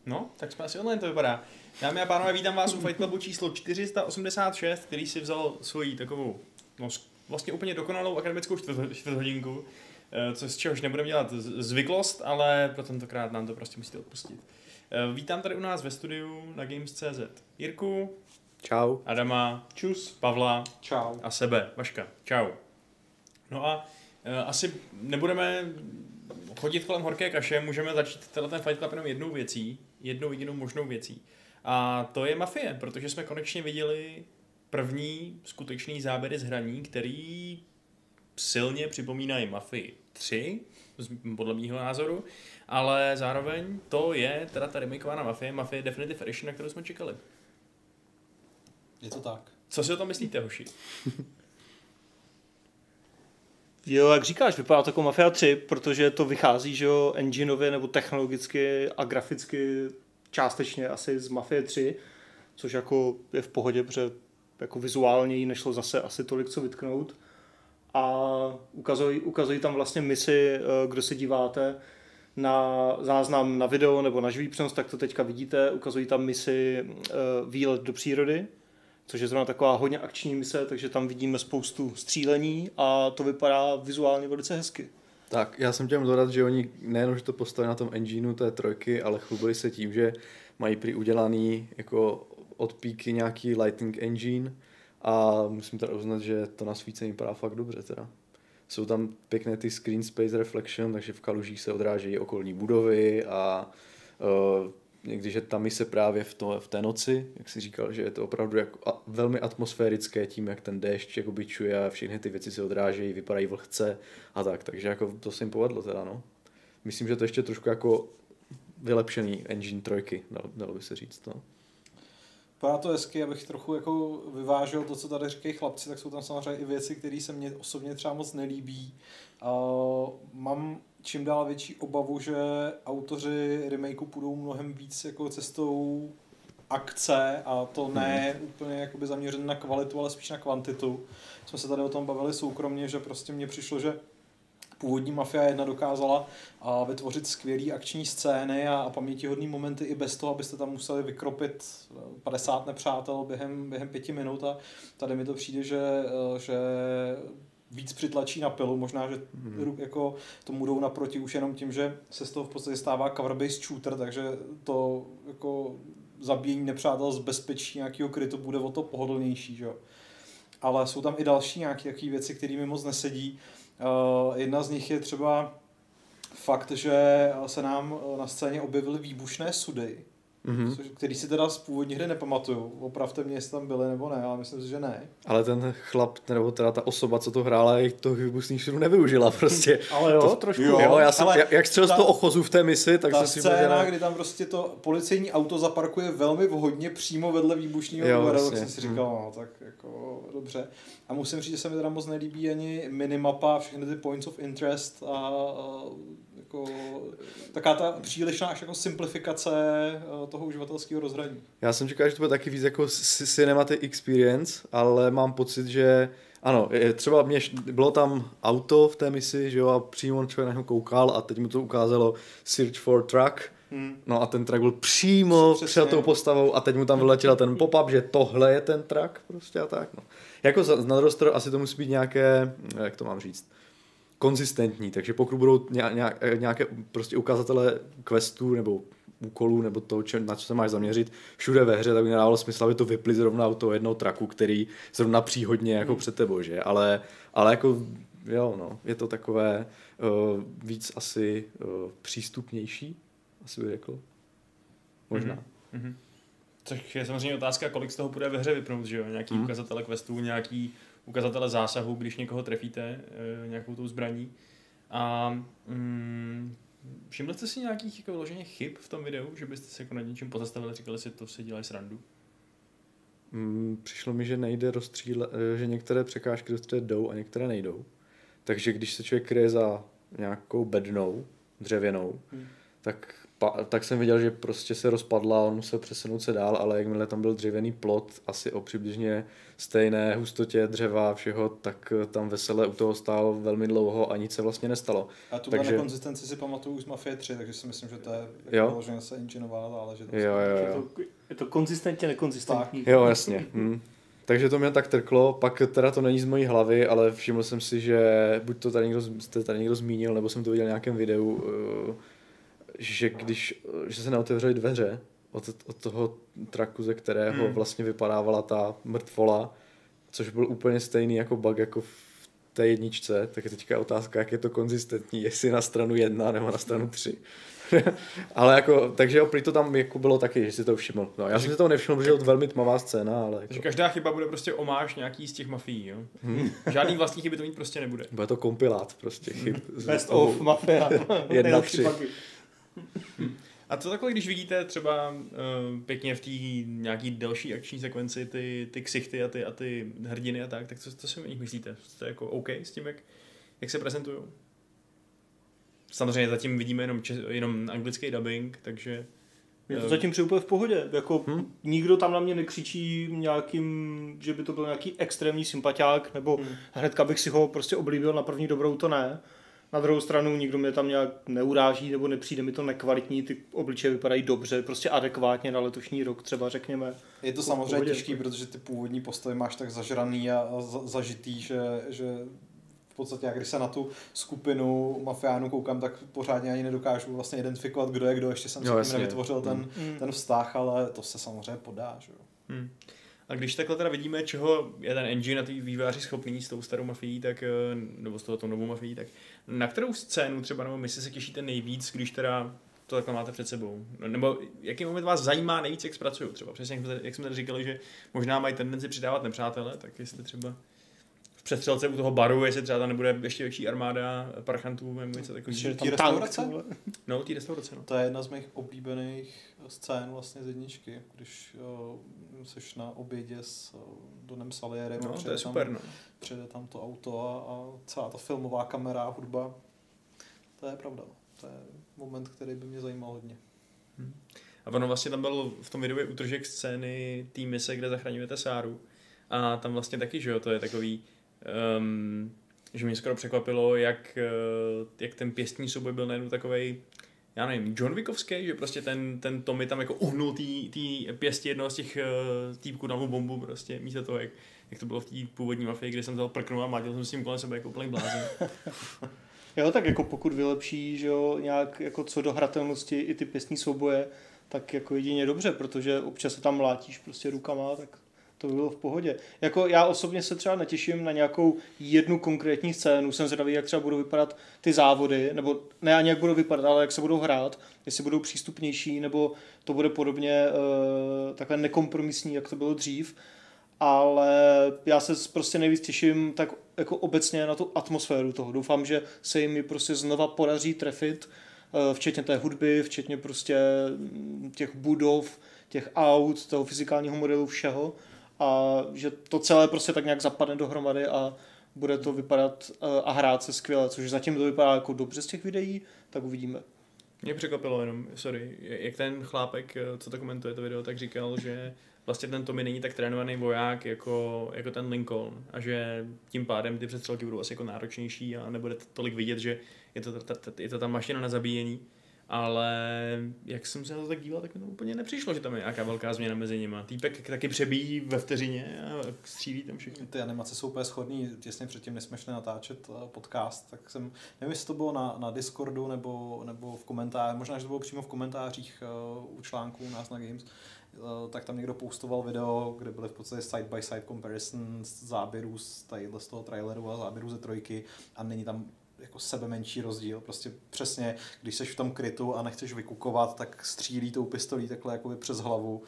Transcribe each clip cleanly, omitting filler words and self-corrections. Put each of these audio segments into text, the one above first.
No, tak jsme asi online, to vypadá. Dámy a pánové, vítám vás u Fight Clubu číslo 486, který si vzal svoji takovou, no, vlastně úplně dokonalou akademickou čtvrthodinku, co z čehož nebudeme dělat zvyklost, ale pro tentokrát nám to prostě musíte odpustit. Vítám tady u nás ve studiu na Games.cz Jirku. Čau. Adama. Čus. Pavla. Čau. A sebe. Vaška. Čau. No a asi nebudeme chodit kolem horké kaše, můžeme začít ten Fight Club jenom jednou jedinou možnou věcí. A to je Mafie, protože jsme konečně viděli první skutečný záběry z hraní, který silně připomínají Mafii 3, podle mýho názoru, ale zároveň to je teda ta remakeovaná Mafie Definitive Edition, na kterou jsme čekali. Je to tak. Co si o tom myslíte, hoši? Jo, jak říkáš, vypadá to jako Mafia 3, protože to vychází, že jo, engineově nebo technologicky a graficky částečně asi z Mafie 3, což jako je v pohodě, protože jako vizuálně jí nešlo zase asi tolik co vytknout. A ukazují tam vlastně misi, kdo se díváte na záznam na video nebo na živý přenos, tak to teďka vidíte, ukazují tam misi výlet do přírody, což je zrovna taková hodně akční mise, takže tam vidíme spoustu střílení a to vypadá vizuálně velice hezky. Tak, já jsem chtěl dodat, že oni nejenom, že to postavili na tom engineu té trojky, ale chlubili se tím, že mají prý udělaný jako od píky nějaký lighting engine a musím teda uznat, že to na svícení vypadá fakt dobře teda. Jsou tam pěkné ty screen space reflection, takže v kalužích se odrážejí okolní budovy a když je ta mise právě v té noci, jak jsi říkal, že je to opravdu jako velmi atmosférické tím, jak ten déšť jako bičuje a všechny ty věci se odrážejí, vypadají vlhce a tak, takže jako to se jim povedlo teda, no. Myslím, že to ještě trošku jako vylepšený engine trojky, dalo by se říct, no. Vypadá to hezky, abych trochu jako vyvážel to, co tady říkají chlapci, tak jsou tam samozřejmě i věci, které se mně osobně třeba moc nelíbí. Mám čím dál větší obavu, že autoři remakeu půjdou mnohem víc jako cestou akce a to ne úplně jakoby zaměřené na kvalitu, ale spíš na kvantitu. Jsme se tady o tom bavili soukromně, že prostě mně přišlo, že původní Mafia 1 dokázala vytvořit skvělý akční scény a pamětihodný momenty i bez toho, abyste tam museli vykropit 50 nepřátel během 5 minut a tady mi to přijde, že víc přitlačí na pilu, možná, že jako tomu jdou naproti už jenom tím, že se z toho v podstatě stává cover-based shooter, takže to jako zabíjení nepřátel z bezpečí nějakého krytu bude o to pohodlnější, že? Ale jsou tam i další nějaké věci, které mi moc nesedí. Jedna z nich je třeba fakt, že se nám na scéně objevily výbušné sudy, který si teda z původní hry nepamatuju. Opravte mě, jestli tam byly nebo ne, ale myslím si, že ne. Ale ten chlap, nebo teda ta osoba, co to hrála, to výbušných sudů nevyužila prostě. Ale jo, trošku. Jo, já jsem, jak střel z toho ochozu v té misi, tak ta se si scéna, kdy tam prostě to policejní auto zaparkuje velmi vhodně přímo vedle výbušného úderu, tak jsem si říkal, no tak jako dobře. A musím říct, že se mi teda moc nelíbí ani minimapa, všechny ty points of interest a jako taká ta přílišná až jako simplifikace toho uživatelského rozhraní. Já jsem čekal, že to bude taky víc jako cinematic experience, ale mám pocit, že ano, třeba bylo tam auto v té misi, že jo, a přímo člověk na něho koukal a teď mu to ukázalo search for truck. No a ten truck byl přímo před tou postavou a teď mu tam vyletěl ten pop-up, že tohle je ten truck prostě a tak, no. Jako na druhou stranu asi to musí být nějaké, jak to mám říct, konzistentní, takže pokud budou nějaké prostě ukazatele questů nebo úkolů nebo toho, na co se máš zaměřit všude ve hře, tak by nedávalo smysl, aby to vypli zrovna u toho jednoho traku, který zrovna příhodně jako před tebou, že? Ale jako jo, no, je to takové víc asi přístupnější, asi bych řekl. Možná. Což je samozřejmě otázka, kolik z toho bude ve hře vypnout, že jo? Nějaký ukazatele questů, nějaký ukazatele zásahu, když někoho trefíte nějakou tou zbraní. A všimli jste si nějakých jako vyloženě chyb v tom videu, že byste se jako nad něčím pozastavili a říkali si, to si dělají srandu? Přišlo mi, že nejde že některé překážky jdou a některé nejdou. Takže když se člověk kryje za nějakou bednou, dřevěnou, tak tak jsem viděl, že prostě se rozpadla, on musel přesunout se dál, ale jakmile tam byl dřevěný plot, asi o přibližně stejné hustotě dřeva všeho, tak tam vesele u toho stál velmi dlouho a nic se vlastně nestalo. A tu nekonzistenci si pamatuju už z Mafie 3, takže si myslím, že to je vyloženě se engineová záležitost. Je to konzistentně nekonzistentní. Jo, jasně. Takže to mě tak trklo, pak teda to není z mojí hlavy, ale všiml jsem si, že buď to tady někdo zmínil, nebo jsem to viděl v nějakém videu, že že se neotevřely dveře od toho traku, ze kterého vlastně vypadávala ta mrtvola, což byl úplně stejný jako bug jako v té jedničce, tak je teďka otázka, jak je to konzistentní, jestli na stranu 1 nebo na stranu 3. Ale jako, takže prý to tam jako bylo taky, že si to všiml. No, já jsem si to nevšiml, protože je to velmi tmavá scéna, ale jako... Takže každá chyba bude prostě omáž nějaký z těch mafií, jo? Žádný vlastní chyby to mít prostě nebude. Bude to kompilát prostě chyb. Best of Mafia. 1-3. A co takhle, když vidíte třeba pěkně v té nějaký delší akční sekvenci ty ksichty a ty hrdiny a tak co si o nich myslíte? Jste jako OK s tím, jak se prezentují? Samozřejmě zatím vidíme jenom anglický dubbing, takže... Je to zatím úplně v pohodě. Jako nikdo tam na mě nekřičí nějakým, že by to byl nějaký extrémní sympatiák, nebo hnedka bych si ho prostě oblíbil na první dobrou, to ne. Na druhou stranu nikdo mě tam nějak neuráží, nebo nepřijde mi to nekvalitní, ty obličeje vypadají dobře, prostě adekvátně na letošní rok třeba řekněme. Je to samozřejmě těžký, protože ty původní postavy máš tak zažraný a zažitý, že v podstatě, když se na tu skupinu mafiánů koukám, tak pořádně ani nedokážu vlastně identifikovat, kdo je kdo, ještě jsem si tím nevytvořil ten vztah, ale to se samozřejmě podá. Že jo. A když takhle teda vidíme, čeho je ten engine a ty vývojáři schopný s tou starou mafií, tak, nebo s touto novou mafií, tak na kterou scénu třeba nebo misi se těšíte nejvíc, když teda to takhle máte před sebou? Nebo jaký moment vás zajímá nejvíc, jak zpracují třeba? Přesně jak jsme tady říkali, že možná mají tendenci přidávat nepřátele, tak jestli třeba v přestřelce u toho baru, jestli třeba tam nebude ještě větší armáda parchantů nebo něco takového. Té restaurace? No, té restaurace, no. To je jedna z mých oblíbených scén vlastně z jedničky, když seš na obědě s Donem Salierem. No, to je super, no. Přijede tam to auto a celá ta filmová kamera a hudba. To je pravda. To je moment, který by mě zajímal hodně. A ono vlastně tam byl v tom videu útržek scény té mise, kde zachraňujete Sáru. A tam vlastně taky, že jo, to je takový, že mě skoro překvapilo, jak ten pěstní souboj byl najednou takovej, já nevím, John Wickovský, že prostě ten Tommy tam jako uhnul tý pěstí jednoho z těch týpků na bombu prostě, místo toho, jak to bylo v té původní mafii, kde jsem vzal prknul a mlátil jsem s tím kolem sebe jako úplný blázen. Jo, tak jako pokud vylepší, že jo, nějak jako co do hratelnosti i ty pěstní souboje, tak jako jedině dobře, protože občas se tam mlátíš prostě rukama, tak to by bylo v pohodě. Jako já osobně se třeba netěším na nějakou jednu konkrétní scénu, jsem zvědavý, jak třeba budou vypadat ty závody, nebo ne ani jak budou vypadat, ale jak se budou hrát, jestli budou přístupnější, nebo to bude podobně takhle nekompromisní, jak to bylo dřív. Ale já se prostě nejvíc těším tak jako obecně na tu atmosféru toho. Doufám, že se jim prostě znova podaří trefit, včetně té hudby, včetně prostě těch budov, těch aut, toho fyzikálního modelu, všeho. A že to celé prostě tak nějak zapadne dohromady a bude to vypadat a hrát se skvěle, což zatím to vypadá jako dobře z těch videí, tak uvidíme. Mě překvapilo jenom, jak ten chlápek, co to komentuje to video, tak říkal, že vlastně ten Tommy není tak trénovaný voják jako ten Lincoln a že tím pádem ty přestřelky budou asi jako náročnější a nebude tolik vidět, že je to ta mašina na zabíjení. Ale jak jsem se na to tak díval, tak mi to úplně nepřišlo, že tam je nějaká velká změna mezi nimi. Týpek taky přebíjí ve vteřině a střílí tam všechno. Ty animace jsou úplně shodný. Těsně předtím, než jsme šli natáčet podcast, tak jsem, nevím, jestli to bylo na Discordu nebo v komentářích, možná, že to bylo přímo v komentářích u článků u nás na Games, tak tam někdo postoval video, kde byly v podstatě side by side comparison záběrů z toho traileru a záběrů ze trojky a není tam jako sebe menší rozdíl, prostě přesně, když seš v tom krytu a nechceš vykukovat, tak střílí tou pistolí takhle jakoby přes hlavu.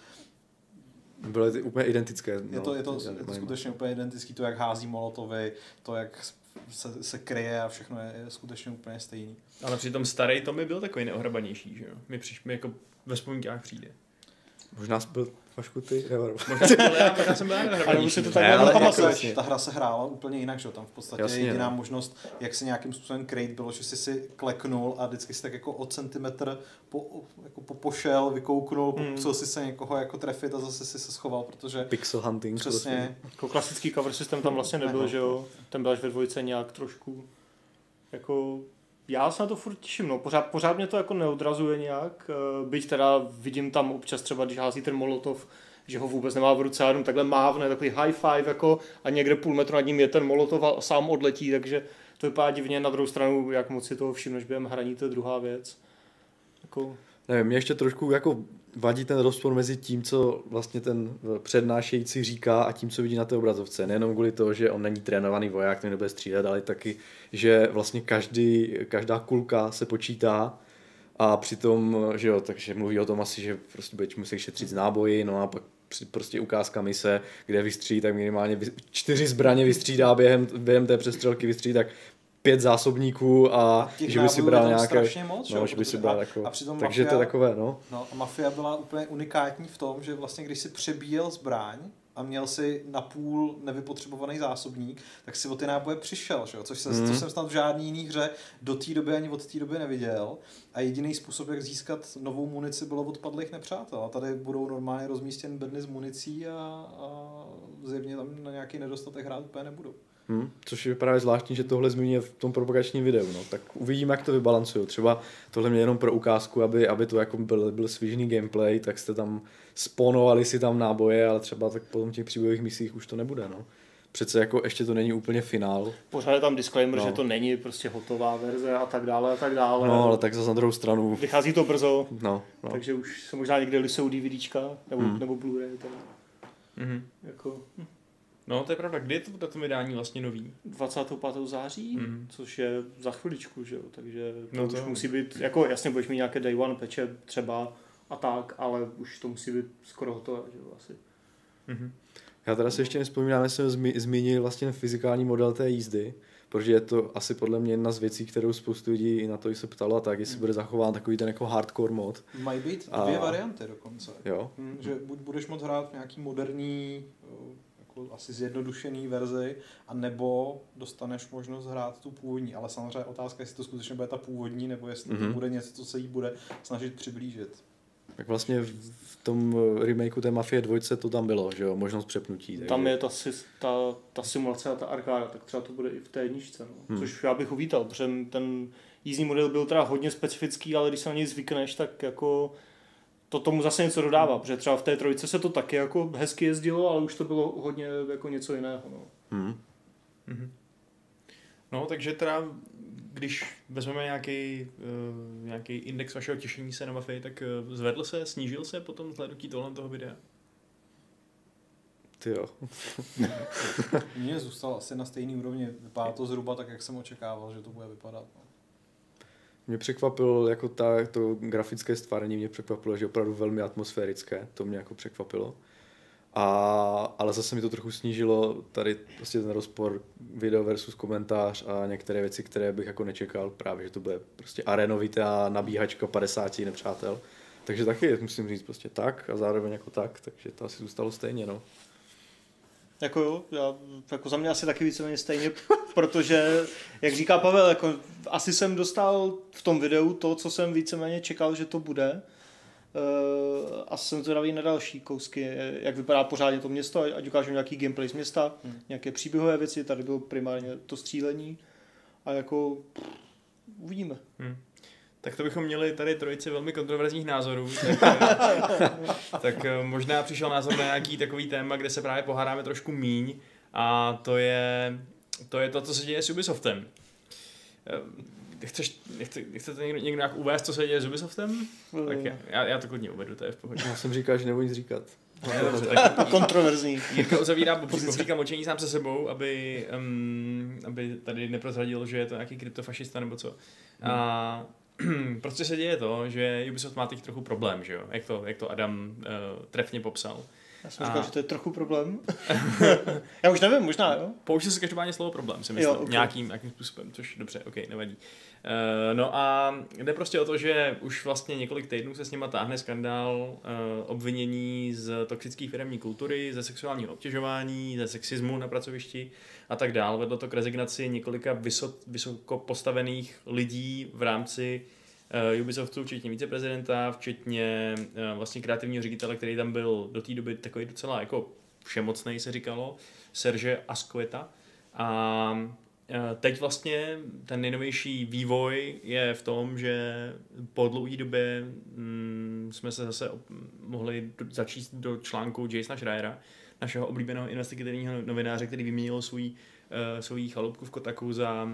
Bylo to úplně identické. Je to skutečně úplně identický, to jak hází molotovy, to jak se kryje a všechno je skutečně úplně stejný. Ale přitom starý Tommy byl takový neohrabanější, že jo? Mi jako ve vzpomínkách přijde. Možná byl Vašku ty, jo. Možná jsem byl Ale už si to Ne, takhle ale pamatuješ. jako- Ta hra se hrála úplně jinak, že? Tam v podstatě Jasně, jediná no. možnost, jak se nějakým způsobem krejt, bylo, že jsi si kleknul a vždycky si tak jako o centimetr pošel, vykouknul, pokusil si se někoho jako trefit a zase si se schoval, protože Pixel hunting. přesně, Jako klasický cover systém tam vlastně nebyl, že jo? Ten byl až ve dvojce nějak trošku jako... Já se na to furt těším, no. Pořád mě to jako neodrazuje nějak, byť teda vidím tam občas třeba, když hází ten molotov, že ho vůbec nemá v ruce a jenom takhle mávne, takový high five jako a někde půl metru nad ním je ten molotov a sám odletí, takže to vypadá divně. Na druhou stranu, jak moc si toho všimneš během hraní, to je druhá věc. Jako... Nevím, mě ještě trošku jako vadí ten rozpor mezi tím, co vlastně ten přednášející říká a tím, co vidí na té obrazovce. Nejenom kvůli toho, že on není trénovaný voják, který nebude střílet, ale taky, že vlastně každá kulka se počítá a přitom, že jo, takže mluví o tom asi, že prostě budeš muset šetřit z náboji, no a pak prostě ukázka mise, kde vystřílí, tak minimálně 4 zbraně vystřídá během té přestřelky, vystřílí tak 5 zásobníků a že by si bral nějaké, moc, no, že by si bral jako, a přitom takže Mafia, to je takové, no. No a Mafia byla úplně unikátní v tom, že vlastně když si přebíjel zbraň a měl si napůl nevypotřebovaný zásobník, tak si o ty náboje přišel, že jo? Což jsem snad v žádný jiný hře do té doby ani od té doby neviděl. A jediný způsob, jak získat novou munici, bylo od padlých nepřátel. A tady budou normálně rozmístěn bedny s municí a zjevně tam na nějaký nedostatek hrát úplně nebudou. Což je právě zvláštní, že tohle zmíní v tom propagačním videu. No. Tak uvidíme, jak to vybalancují. Třeba tohle mě jenom pro ukázku, aby to jako byl svížný gameplay, tak jste tam spawnovali si tam náboje, ale třeba tak potom v těch příběhových misích už to nebude. No. Přece jako ještě to není úplně finál. Pořád je tam disclaimer, No. že to není prostě hotová verze a tak dále a tak dále. No, ale tak zase na druhou stranu. Vychází to brzo, No. takže už se možná někde lisou DVDčka nebo Blu-ray. Jako... No, to je pravda. Kdy je to datum vydání vlastně nový? 25. září, což je za chviličku, že jo, takže to No už to musí být, jako jasně budeš mít nějaké day one peče třeba a tak, ale už to musí být skoro hotové, že jo, asi. Já teda si ještě nevzpomínám, jestli jsem zmínil vlastně fyzikální model té jízdy, protože je to asi podle mě jedna z věcí, kterou spoustu lidí i na to se ptalo a tak, jestli bude zachován takový ten jako hardcore mod. Mají být 2 varianty dokonce. Jo. Že buď budeš moct hrát v nějaký moderní, jako asi zjednodušený verzi, a nebo dostaneš možnost hrát tu původní. Ale samozřejmě otázka, jestli to skutečně bude ta původní, nebo jestli to bude něco, co se jí bude snažit přiblížit. Tak vlastně v tom remakeu té Mafie 2 to tam bylo, že jo, možnost přepnutí. Takže... Tam je ta simulace a ta arkáda, tak třeba to bude i v té jedničce, no. Což já bych uvítal, protože ten jízdní model byl teda hodně specifický, ale když se na něj zvykneš, tak jako to tomu zase něco dodává, protože třeba v té trojce se to taky jako hezky jezdilo, ale už to bylo hodně jako něco jiného, no. No, takže teda, když vezmeme nějaký index vašeho těšení se na Mafii, tak zvedl se, snížil se potom zhlédnutí toho videa? Ty jo. Mně zůstal asi na stejný úrovni, vypadá to zhruba tak, jak jsem očekával, že to bude vypadat. No. Mě překvapilo, jako to grafické stvárnění mě překvapilo, že je opravdu velmi atmosférické, to mě jako překvapilo. Ale zase mi to trochu snížilo tady prostě ten rozpor video versus komentář a některé věci, které bych jako nečekal, právě, že to bude prostě arenovitá nabíhačka 50 nepřátel. Takže taky musím říct prostě tak a zároveň jako tak, takže to asi zůstalo stejně, no. Jako jo, jako za mě asi taky víceméně stejně, protože, jak říká Pavel, jako asi jsem dostal v tom videu to, co jsem víceméně čekal, že to bude. A jsem zvědavý na další kousky, jak vypadá pořádně to město, ať ukážu nějaký gameplay z města, nějaké příběhové věci, tady bylo primárně to střílení a jako uvidíme. Tak to bychom měli tady trojici velmi kontroverzních názorů. Tak možná přišel názor na nějaký takový téma, kde se právě pohádáme trošku míň, a to je to, co se děje s Ubisoftem. Chcete někdo nějak uvést, co se děje s Ubisoftem? Tak já to klidně uvedu, to je v pohodě. Já jsem říkal, že nebudu nic říkat. Kontroverzní. Jirka uzavírá bobříka mlčení sám se sebou, aby tady neprozradil, že je to nějaký kryptofašista nebo co. A prostě se děje to, že Ubisoft má teď trochu problém, že jo? Jak to Adam trefně popsal. Já jsem říkal, že to je trochu problém. Já už nevím, možná, jo? Použil se každopádně slovo problém, si myslím, okay. nějakým způsobem, což dobře, nevadí. No a jde prostě o to, že už vlastně několik týdnů se s nima táhne skandál obvinění z toxické firemní kultury, ze sexuálního obtěžování, ze sexismu na pracovišti a tak dál. Vedlo to k rezignaci několika vysoko postavených lidí v rámci Ubisoftu, včetně viceprezidenta, včetně vlastně kreativního ředitele, který tam byl do té doby takový docela jako všemocnej, se říkalo, Serge Asqueta. A teď vlastně ten nejnovější vývoj je v tom, že po dlouhé době jsme se zase mohli začíst do článku Jasona Schreiera, našeho oblíbeného investigativního novináře, který vyměnil svou chalupku v Kotaku za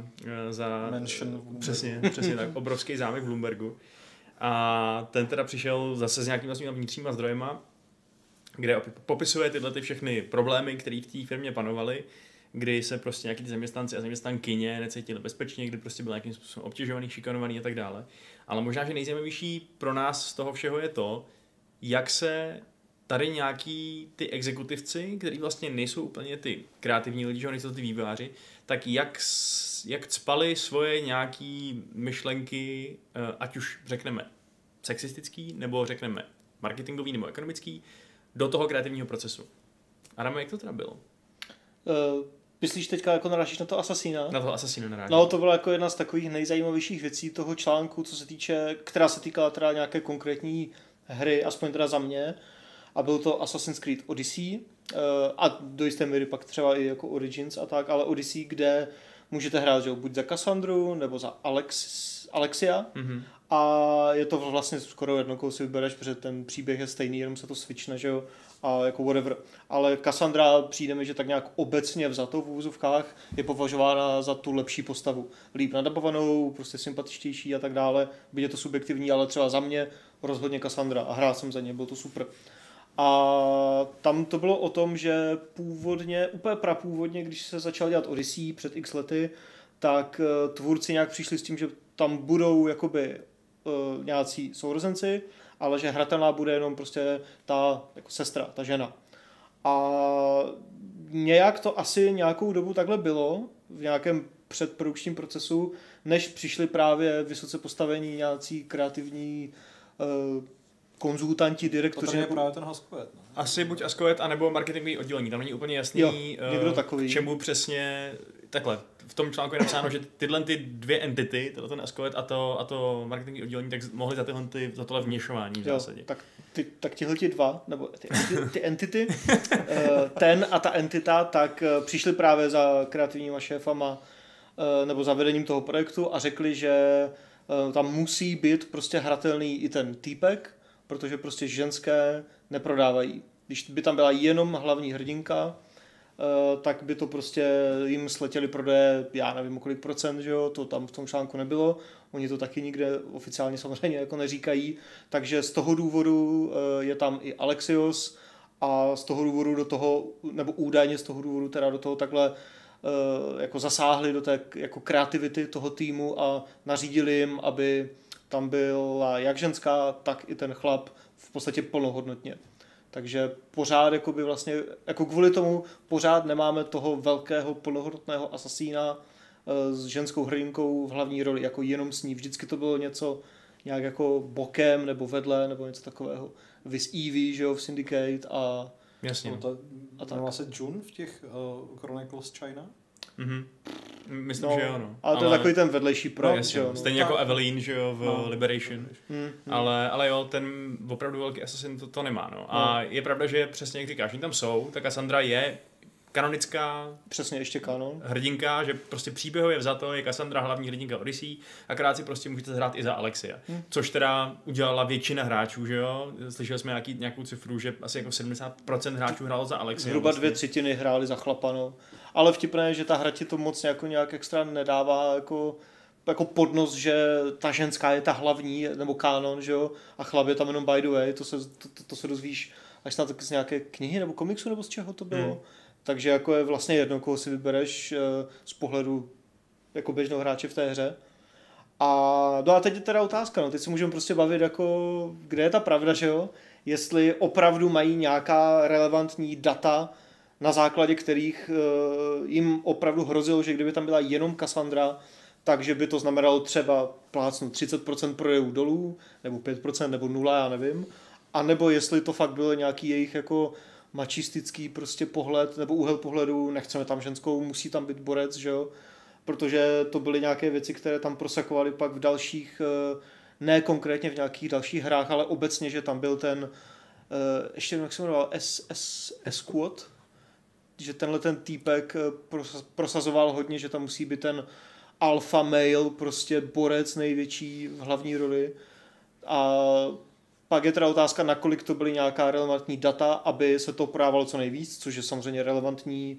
přesně tak, obrovský zámek v Bloombergu. A ten teda přišel zase s nějakými svými vnitřníma zdrojema, kde popisuje tyhle ty všechny problémy, které v té firmě panovaly, kdy se prostě nějaký ty zaměstnanci a zaměstnankyně necítili bezpečně, kdy prostě byl nějakým způsobem obtěžovaný, šikanovaný a tak dále. Ale možná, že nejzajímavější pro nás z toho všeho je to, jak se tady nějaký ty exekutivci, kteří vlastně nejsou úplně ty kreativní lidi, že nejsou ty vývojáři, tak jak cpali svoje nějaký myšlenky, ať už řekneme sexistický, nebo řekneme marketingový nebo ekonomický, do toho kreativního procesu. Adame, jak to teda bylo? Myslíš teďka jako narážíš na to Assassina? Na toho Assassina narážíš. No, to byla jako jedna z takových nejzajímavějších věcí toho článku, která se týkala teda nějaké konkrétní hry, aspoň teda za mě. A byl to Assassin's Creed Odyssey a do jisté míry pak třeba i jako Origins a tak, ale Odyssey, kde můžete hrát, že buď za Cassandru nebo za Alexia. Mm-hmm. A je to vlastně skoro jedno, koho si vybereš, protože ten příběh je stejný, jenom se to switchne, že jo, a jako whatever. Ale Cassandra přijde mi, že tak nějak obecně vzato v úvozovkách je považována za tu lepší postavu. Líp nadabovanou, prostě sympatičtější a tak dále. Byť je to subjektivní, ale třeba za mě rozhodně Cassandra a hrál jsem za ně, bylo to super. A tam to bylo o tom, že původně, úplně prapůvodně, když se začal dělat Odyssey před x lety, tak tvůrci nějak přišli s tím, že tam budou jakoby nějací sourozenci, ale že hratelná bude jenom prostě ta jako sestra, ta žena. A nějak to asi nějakou dobu takhle bylo, v nějakém předprodukčním procesu, než přišli právě vysoce postavení nějací kreativní konzultanti, direktoři. To je právě ten Asquet. Ne? Asi buď Asquet, anebo marketingový oddělení. Tam není úplně jasný, k čemu přesně. Takhle, v tom článku je napsáno, že tyhle ty dvě entity, ten Asquet a to marketingový oddělení, tak mohli za tohle vměšování v zásadě. Tak tihleti dva, nebo ty entity, ten a ta entita, tak přišli právě za kreativníma šéfama nebo za vedením toho projektu a řekli, že tam musí být prostě hratelný i ten týpek, protože prostě ženské neprodávají. Když by tam byla jenom hlavní hrdinka, tak by to prostě jim sletěly prodeje, já nevím o kolik procent, že jo, to tam v tom článku nebylo, oni to taky nikde oficiálně samozřejmě jako neříkají, takže z toho důvodu je tam i Alexios a z toho důvodu do toho, nebo údajně z toho důvodu teda do toho takhle jako zasáhli do té jako kreativity toho týmu a nařídili jim, aby tam byla jak ženská, tak i ten chlap v podstatě plnohodnotně. Takže pořád jakoby vlastně, jako kvůli tomu pořád nemáme toho velkého plnohodnotného asasína s ženskou hrdinkou v hlavní roli, jako jenom s ní. Vždycky to bylo něco nějak jako bokem nebo vedle nebo něco takového. Vis Evie, že jo, v Syndicate a... Jasně. A tam se June v těch Chronicles China? Mhm. Myslím, že jo, no. Ale to je takový ten vedlejší projekt, že jo. Stejně jako Evelyn, že jo, v Liberation. Ale jo, ten opravdu velký Assassin to nemá, no. A je pravda, že přesně jak říkáš, oni tam jsou, tak Cassandra je kanonická přesně ještě kanon. Hrdinka, že prostě příběhově vzato je Cassandra hlavní hrdinka Odyssey, akorát si prostě můžete hrát i za Alexia. Což teda udělala většina hráčů, že jo? Slyšeli jsme nějakou cifru, že asi jako 70% hráčů hrálo za Alexia. Zhruba vlastně 2/3 hráli za chlapa, no. Ale vtipné je, že ta hra ti to moc nějak extra nedává jako podnos, že ta ženská je ta hlavní, nebo kanon, že jo? A chlap je tam jenom by the way, to se dozvíš až snad z nějaké knihy nebo komiksu, nebo z čeho to bylo. Takže jako je vlastně jedno, koho si vybereš z pohledu jako běžného hráče v té hře. A teď je teda otázka, no, teď se můžeme prostě bavit jako, kde je ta pravda, že jo? jestli opravdu mají nějaká relevantní data, na základě kterých jim opravdu hrozilo, že kdyby tam byla jenom Cassandra, takže by to znamenalo třeba plácnu 30% prodejů dolů, nebo 5%, nebo 0, já nevím. A nebo jestli to fakt byl nějaký jejich jako mačistický prostě pohled, nebo úhel pohledu, nechceme tam ženskou, musí tam být borec, že jo? Protože to byly nějaké věci, které tam prosakovaly pak v dalších, ne konkrétně v nějakých dalších hrách, ale obecně, že tam byl ten, ještě jak se jmenoval, S-Squad, že tenhle ten týpek prosazoval hodně, že tam musí být ten alpha male, prostě borec největší v hlavní roli. A pak je teda otázka, nakolik to byly nějaká relevantní data, aby se to prodávalo co nejvíc, což je samozřejmě relevantní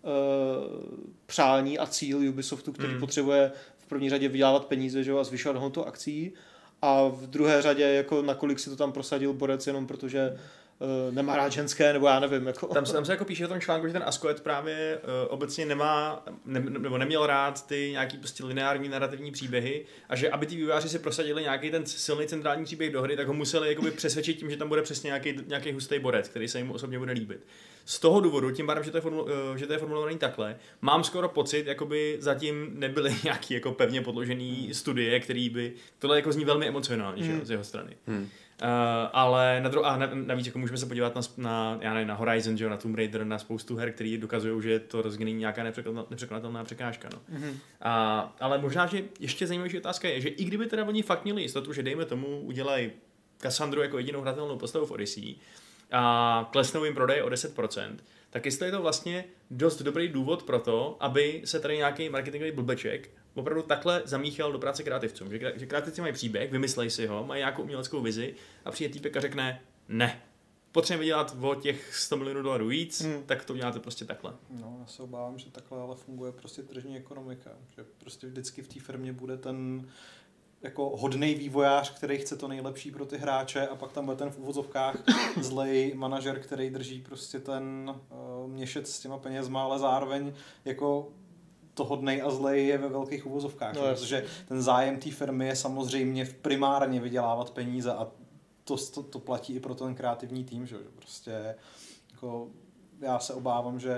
přání a cíl Ubisoftu, který potřebuje v první řadě vydělávat peníze, že jo, a zvyšovat hodnotu akcí. A v druhé řadě, jako nakolik si to tam prosadil borec jenom protože nemá rád ženské, nebo já nevím. Jako. Tam se jako píše v tom článku, že ten Ascoet právě obecně nebo neměl rád ty nějaký prostě lineární narrativní příběhy a že aby ty vývojáři si prosadili nějaký ten silný centrální příběh do hry, tak ho museli jakoby přesvědčit tím, že tam bude přesně nějaký hustý borec, který se jim osobně bude líbit. Z toho důvodu, tím pádem, že to je formulovaný takhle, mám skoro pocit, jakoby zatím nebyly nějaký jako pevně podložený studie, který by, tohle jako zní velmi emocionálně, že, z jeho strany. Ale navíc jako můžeme se podívat na Horizon, že, na Tomb Raider, na spoustu her, který dokazují, že to rozhodně není nějaká nepřekonatelná překážka. No. Ale možná, že ještě zajímavější otázka je, že i kdyby teda oni fakt měli jistotu, že dejme tomu udělají Cassandru jako jedinou hratelnou postavu v Odyssey a klesnou jim prodej o 10%, tak jestli je to vlastně dost dobrý důvod pro to, aby se tady nějaký marketingový blbeček opravdu takhle zamíchal do práce kreativcům. Že kreativci mají příběh, vymyslej si ho, mají nějakou uměleckou vizi a přijde týpek a řekne ne. Potřebujeme vydělat o těch $100 milionů víc, tak to uděláte prostě takhle. No, já se obávám, že takhle ale funguje prostě tržní ekonomika. Že prostě vždycky v té firmě bude ten jako hodnej vývojář, který chce to nejlepší pro ty hráče a pak tam bude ten v úvozovkách zlej manažer, který drží prostě ten měšec s těma penězma, ale zároveň jako to hodnej a zlej je ve velkých uvozovkách, protože ten zájem té firmy je samozřejmě primárně vydělávat peníze a to platí i pro ten kreativní tým, že prostě jako já se obávám, že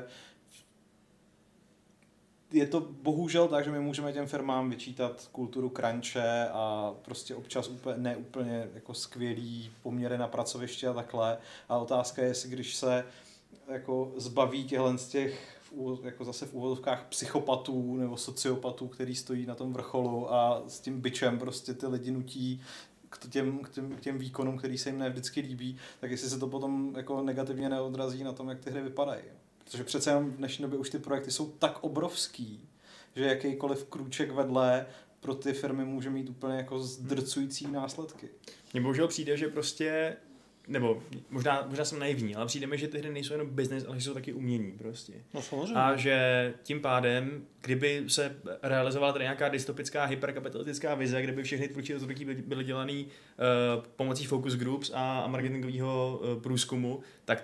je to bohužel tak, že my můžeme těm firmám vyčítat kulturu crunche a prostě občas neúplně jako skvělý poměry na pracovišti a takhle. A otázka je, jestli když se jako zbaví těchhle z těch jako zase v úvodovkách psychopatů nebo sociopatů, který stojí na tom vrcholu a s tím bičem prostě ty lidi nutí k těm výkonům, který se jim ne vždycky líbí, tak jestli se to potom jako negativně neodrazí na tom, jak ty hry vypadají. Protože přece jenom v dnešní době už ty projekty jsou tak obrovský, že jakýkoliv krůček vedle pro ty firmy může mít úplně jako zdrcující následky. Mně bohužel přijde, že prostě, nebo možná jsem naivní, ale přijde mi, že ty hry nejsou jenom business, ale jsou taky umění prostě. No samozřejmě. A že tím pádem, kdyby se realizovala tady nějaká dystopická hyperkapitalistická vize, kde by všechny tvůrčí rozhodnutí byly dělaný pomocí focus groups a marketingového průzkumu, tak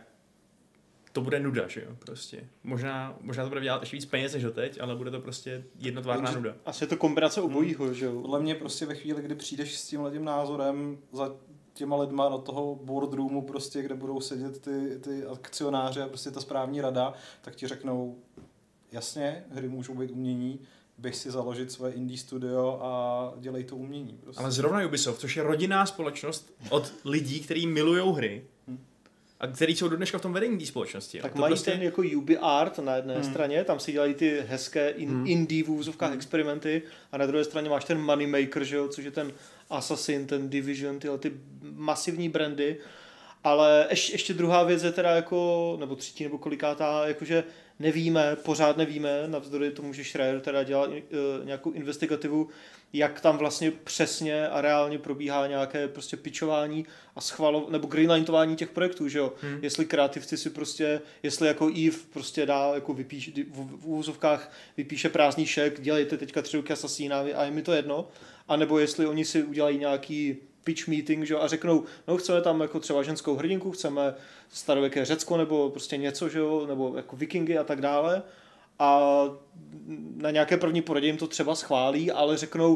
to bude nuda, že jo, prostě. Možná to bude dělat ještě víc peněz než doteď, ale bude to prostě jednotvárná nuda. Asi je to kombinace obojího, že jo. Podle mě prostě ve chvíli, kdy přijdeš s tímhletím názorem za těma lidma do toho boardroomu prostě, kde budou sedět ty akcionáři a prostě ta správní rada, tak ti řeknou, jasně, hry můžou být umění, běž si založit své indie studio a dělej to umění. Prostě. Ale zrovna Ubisoft, což je rodinná společnost od lidí, kteří milujou hry, a který jsou do dneška v tom vedení té společnosti. Tak mají prostě ten jako Ubi Art na jedné straně, tam si dělají ty hezké indie v úvozovkách experimenty a na druhé straně máš ten Moneymaker, že jo, což je ten Assassin, ten Division, ty masivní brandy. Ale ještě druhá věc je teda jako, nebo třetí nebo kolikátá, jakože pořád nevíme, navzdory tomu, že Schreier teda dělal nějakou investigativu, jak tam vlastně přesně a reálně probíhá nějaké prostě pitchování a nebo greenlightování těch projektů, že jo. Jestli kreativci si prostě, jestli jako Eve prostě dá, jako v úvozovkách vypíše prázdný šek, dělejte teďka 3 roky Assassina a je mi to jedno, anebo jestli oni si udělají nějaký pitch meeting, že jo, a řeknou, no chceme tam jako třeba ženskou hrdinku, chceme starověké Řecko nebo prostě něco, že jo, nebo jako vikingy a tak dále. A na nějaké první poradě jim to třeba schválí, ale řeknou,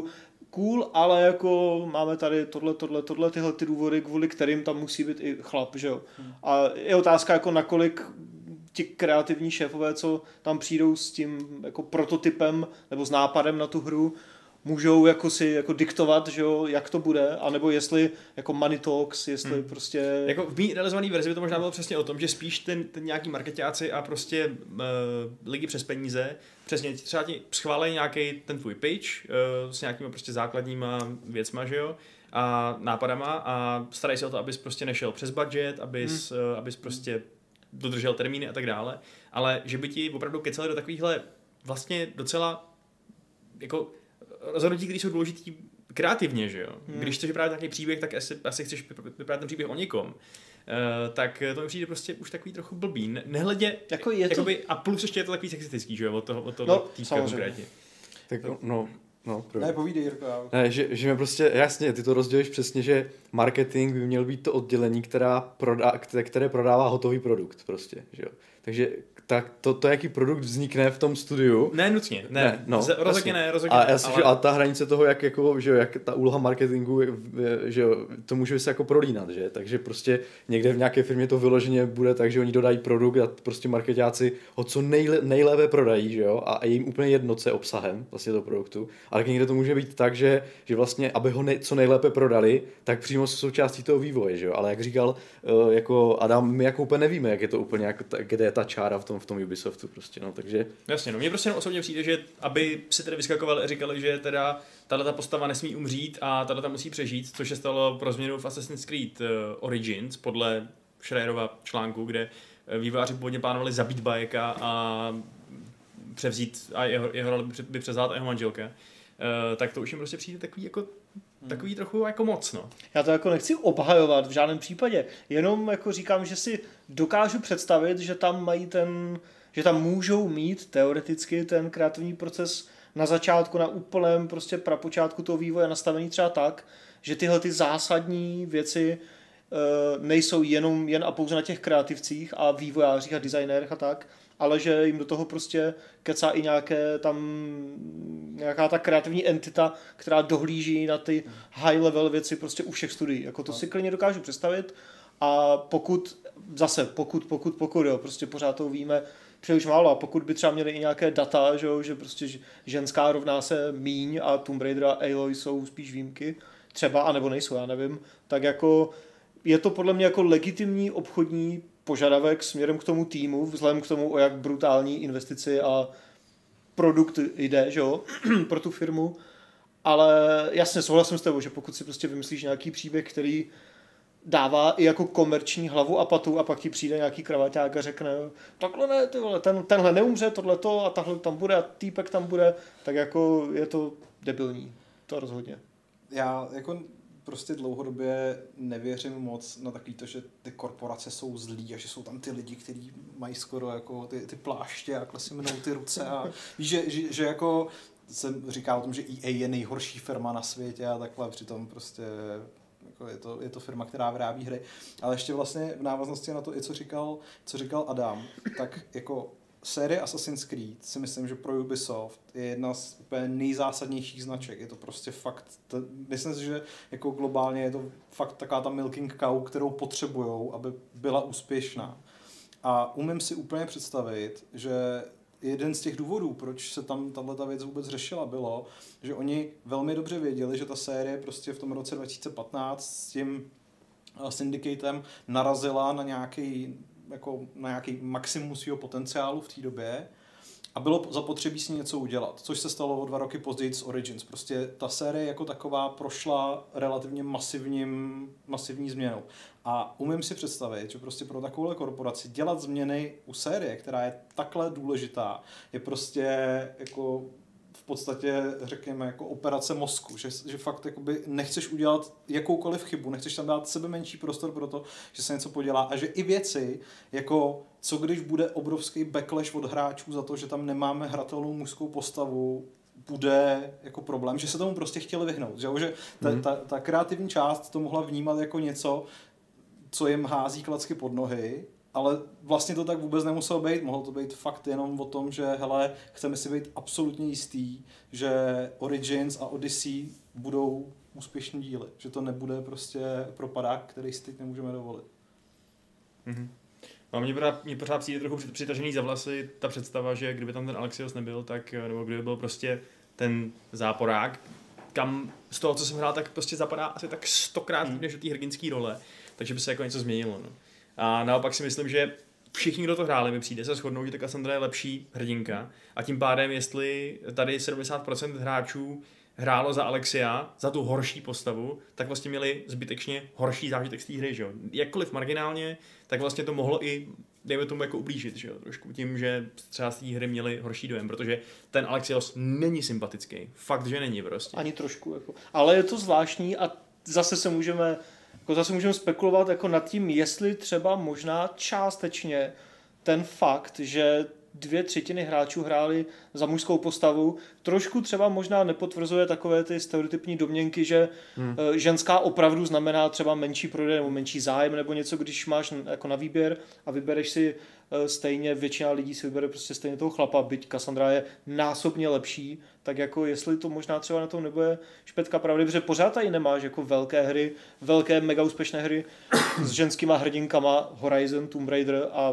cool, ale jako máme tady tohle, tyhle ty důvody, kvůli kterým tam musí být i chlap, že jo. A je otázka, jako nakolik ti kreativní šéfové, co tam přijdou s tím jako prototypem nebo s nápadem na tu hru, můžou jako si jako diktovat, že jo, jak to bude, anebo jestli jako money talks, jestli prostě... Jako v mý realizovaný verzi by to možná bylo přesně o tom, že spíš ten nějaký marketáci a prostě lidi přes peníze, přesně třeba ti schválí nějaký ten tvůj pitch s nějakýma prostě základníma věcma, že jo, a nápadama a starají se o to, abys prostě nešel přes budget, abys prostě dodržel termíny a tak dále, ale že by ti opravdu kecali do takovýchhle vlastně docela jako rozhodnutí, které jsou důležitý kreativně, že jo. Když chceš vyprávět nějaký příběh, tak asi chceš vyprávět ten příběh o někom. Tak to mi přijde prostě už takový trochu blbý. Nehledě, jako je to... jakoby, a plus ještě je to takový sexistický, že jo, od toho týpka konkrétně. Tak Ne, povídej, Jirko. Ne, že mi prostě, jasně, ty to rozdělíš přesně, že marketing by měl být to oddělení, které prodává hotový produkt prostě, že jo. Takže tak to jaký produkt vznikne v tom studiu. Ne nutně, rozhodně ne. A ta hranice toho, jak ta úloha marketingu, že jo, to může se jako prolínat, že? Takže prostě někde v nějaké firmě to vyloženě bude tak, že oni dodají produkt a prostě marketáci ho co nejlépe prodají, že jo, a je jim úplně jedno, co je obsahem vlastně toho produktu. Ale někde to může být tak, že vlastně, aby ho co nejlépe prodali, tak přímo jsou součástí toho vývoje, že jo. Ale jak říkal jako Adam, my jako úplně nevíme, jak je to úplně, kde je ta čára v tom Ubisoftu prostě, no, takže... Jasně, no, mně prostě osobně přijde, že aby si tedy vyskakovali a říkali, že teda tato postava nesmí umřít a tato musí přežít, což se stalo pro změnu v Assassin's Creed Origins, podle Schreierova článku, kde vývojáři původně plánovali zabít Bayeka a převzít a jeho roli by převzala jeho manželka. Tak to už jim prostě přijde takový trochu jako moc, no. Já to jako nechci obhajovat v žádném případě, jenom jako říkám, že si dokážu představit, že tam že tam můžou mít teoreticky ten kreativní proces na začátku, na úplném prostě prapočátku toho vývoje nastavený třeba tak, že tyhle ty zásadní věci nejsou jen a pouze na těch kreativcích a vývojářích a designérech a tak, ale že jim do toho prostě kecá i nějaká ta kreativní entita, která dohlíží na ty high level věci prostě u všech studií. Jako to si klidně dokážu představit a pokud jo, prostě pořád to víme příliš málo a pokud by třeba měli i nějaké data, že prostě ženská rovná se míň a Tomb Raider a Aloy jsou spíš výjimky, třeba, anebo nejsou, já nevím, tak jako je to podle mě jako legitimní obchodní požadavek směrem k tomu týmu, vzhledem k tomu, o jak brutální investici a produkt jde, že jo, pro tu firmu. Ale jasně, souhlasím s tebou, že pokud si prostě vymyslíš nějaký příběh, který dává i jako komerční hlavu a patu a pak ti přijde nějaký kravaťák a řekne takhle ne, ty vole, tenhle neumře, tohleto a tahle tam bude a týpek tam bude, tak jako je to debilní. To rozhodně. Já jako prostě dlouhodobě nevěřím moc na takový to, že ty korporace jsou zlí a že jsou tam ty lidi, kteří mají skoro jako ty pláště a takhle si mnou ty ruce a víš, že jako se říká o tom, že EA je nejhorší firma na světě a takhle, přitom prostě jako je to firma, která vyrábí hry. Ale ještě vlastně v návaznosti na to, i co říkal Adam, tak jako série Assassin's Creed si myslím, že pro Ubisoft je jedna z úplně nejzásadnějších značek. Je to prostě fakt, myslím si, že jako globálně je to fakt taková ta milking cow, kterou potřebujou, aby byla úspěšná. A umím si úplně představit, že jeden z těch důvodů, proč se tam tato věc vůbec řešila, bylo, že oni velmi dobře věděli, že ta série prostě v tom roce 2015 s tím Syndicatem narazila na nějaký maximum svého potenciálu v té době a bylo zapotřebí s ní něco udělat, což se stalo o 2 roky později s Origins. Prostě ta série jako taková prošla relativně masivní změnou. A umím si představit, že prostě pro takovou korporaci dělat změny u série, která je takhle důležitá, je prostě jako v podstatě, řekněme, jako operace mozku, že fakt jakoby nechceš udělat jakoukoliv chybu, nechceš tam dát sebe menší prostor pro to, že se něco podělá a že i věci, jako co když bude obrovský backlash od hráčů za to, že tam nemáme hratelnou mužskou postavu, bude jako problém, že se tomu prostě chtěli vyhnout, že ta kreativní část to mohla vnímat jako něco, co jim hází klacky pod nohy ale vlastně to tak vůbec nemuselo být, mohlo to být fakt jenom o tom, že hele, chceme si být absolutně jistý, že Origins a Odyssey budou úspěšní díly, že to nebude prostě propadák, který si teď nemůžeme dovolit. Mhm. No, mně pořád přijde trochu přitažený za vlasy ta představa, že kdyby tam ten Alexios nebyl, tak, nebo kdyby byl prostě ten záporák, kam z toho, co jsem hrál, tak prostě zapadá asi tak 100krát než do té hrdinské role, takže by se jako něco změnilo. No. A naopak si myslím, že všichni, kdo to hráli, mi přijde se shodnou, že ta Cassandra je lepší hrdinka a tím pádem, jestli tady 70% hráčů hrálo za Alexia, za tu horší postavu, tak vlastně měli zbytečně horší zážitek z té hry, že jo. Jakkoliv marginálně, tak vlastně to mohlo i, dejme tomu, jako ublížit, že jo, trošku tím, že třeba z té hry měli horší dojem, protože ten Alexios není sympatický. Fakt, že není prostě. Ani trošku, jako. Ale je to zvláštní a zase můžeme spekulovat jako nad tím, jestli třeba možná částečně ten fakt, že 2/3 hráčů hráli za mužskou postavu, trošku třeba možná nepotvrzuje takové ty stereotypní domněnky, že ženská opravdu znamená třeba menší prodej nebo menší zájem nebo něco, když máš jako na výběr a vybereš si stejně, většina lidí si vybere prostě stejně toho chlapa, byť Cassandra je násobně lepší, tak jako jestli to možná třeba na tom nebude špetka pravdy, protože pořád tady nemáš jako velké hry, velké mega úspěšné hry s ženskýma hrdinkama, Horizon, Tomb Raider a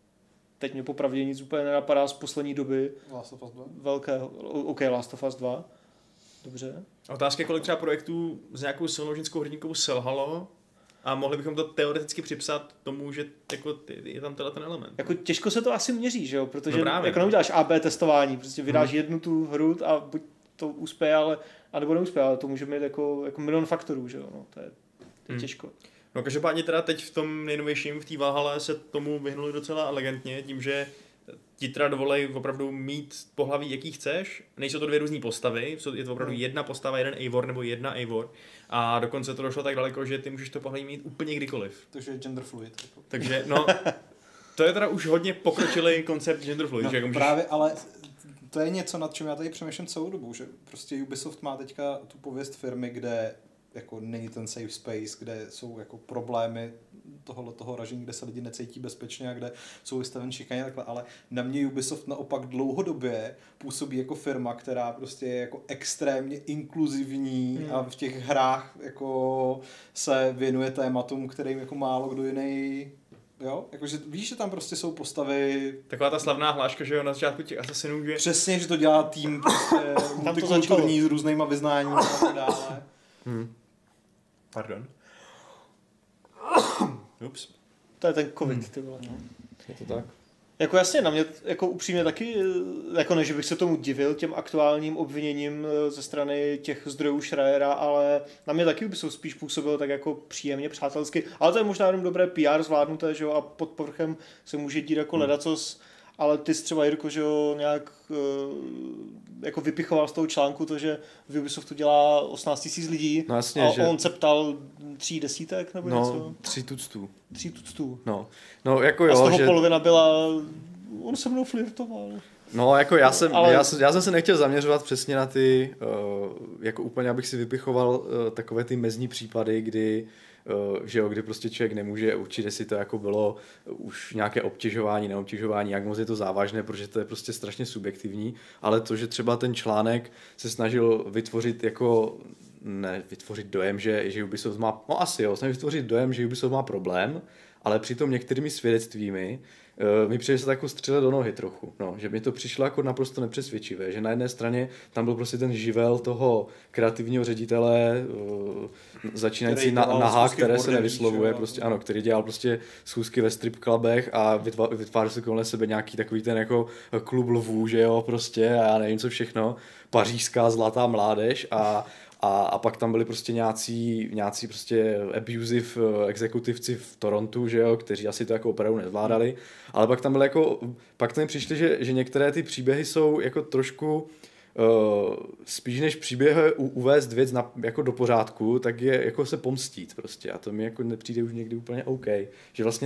teď mě popravdě nic úplně nenapadá z poslední doby. Last of Us 2. Velkého. OK, Last of Us 2. Dobře. Otázka je, kolik třeba projektů s nějakou silnou ženskou hrdinkou selhalo a mohli bychom to teoreticky připsat tomu, že jako je tam ten element. Jako těžko se to asi měří, že jo? Protože no právě, jako neuděláš AB testování, prostě vydáš jednu tu hru a buď to uspěje, anebo neuspěje, ale to může mít jako milion faktorů, že jo? No, to je těžko. No každopádně teda teď v tom nejnovějším, v té Valhalle se tomu vyhnuli docela elegantně, tím, že ti teda dovolej opravdu mít pohlaví, jaký chceš. Nejsou to dvě různé postavy, je to opravdu jedna postava, jeden Eivor nebo jedna Eivor. A dokonce to došlo tak daleko, že ty můžeš to pohlaví mít úplně kdykoliv. Takže gender fluid. Jako. Takže no, to je teda už hodně pokročilý koncept gender fluid. No, že jako můžeš... právě, ale to je něco, nad čím já tady přemýšlím celou dobu, že prostě Ubisoft má teďka tu pověst firmy, kde jako není ten safe space, kde jsou jako problémy toho ražení, kde se lidi necítí bezpečně a kde jsou vystaveni šikaně takhle, ale na mě Ubisoft naopak dlouhodobě působí jako firma, která prostě je jako extrémně inkluzivní a v těch hrách jako se věnuje tématům, kterým jako málo kdo jiný. Jo, jakože víš, že tam prostě jsou postavy... Taková ta slavná hláška, že jo, na začátku těch Assassinů, že... Přesně, že to dělá tým prostě multikulturní s různýma vyznáními a tak dále. Pardon. Ups. To je ten covid, ty vole. No. Je to tak? Jako jasně, na mě jako upřímně taky, jako ne, že bych se tomu divil těm aktuálním obviněním ze strany těch zdrojů Schreiera, ale na mě taky by se spíš působilo tak jako příjemně, přátelsky, ale to je možná jenom dobré PR zvládnuté, že jo, a pod povrchem se může dít jako ledacos, ale ty jsi třeba, Jirko, že jo, nějak jako vypichoval z toho článku to, že v Ubisoftu dělá 18 000 lidí, no jasně, a že... on se ptal 3 desítek nebo něco? No, 3 tuctů. 3 tuctů. No, jako jo, a z toho že... polovina byla, on se mnou flirtoval. No, jako já jsem se nechtěl zaměřovat přesně na ty, jako úplně, abych si vypichoval takové ty mezní případy, kdy že jo, kdy prostě člověk nemůže určit, jestli to jako bylo už nějaké obtěžování, neobtěžování, jak moc je to závažné, protože to je prostě strašně subjektivní, ale to, že třeba ten článek se snažil vytvořit jako, ne vytvořit dojem, že Ubisoft má, no asi jo, snažil vytvořit dojem, že Ubisoft má problém, ale přitom některými svědectvími mi přijde se jako střele do nohy trochu, no, že mi to přišlo jako naprosto nepřesvědčivé, že na jedné straně tam byl prostě ten živel toho kreativního ředitele, začínající nahá, které se nevyslovuje, prostě, ano, který dělal prostě schůzky ve strip clubech a vytvářel se kolem sebe nějaký takový ten jako klub lvů, že jo, prostě a já nevím co všechno, pařížská zlatá mládež a pak tam byli prostě nějací prostě abusive exekutivci v Torontu, že jo, kteří asi to jako opravdu nezvládali, ale pak tam byly jako, pak tam přišli, že některé ty příběhy jsou jako trošku spíš než příběhy uvést věc jako do pořádku, tak je jako se pomstít prostě a to mi jako nepřijde už někdy úplně OK. Že vlastně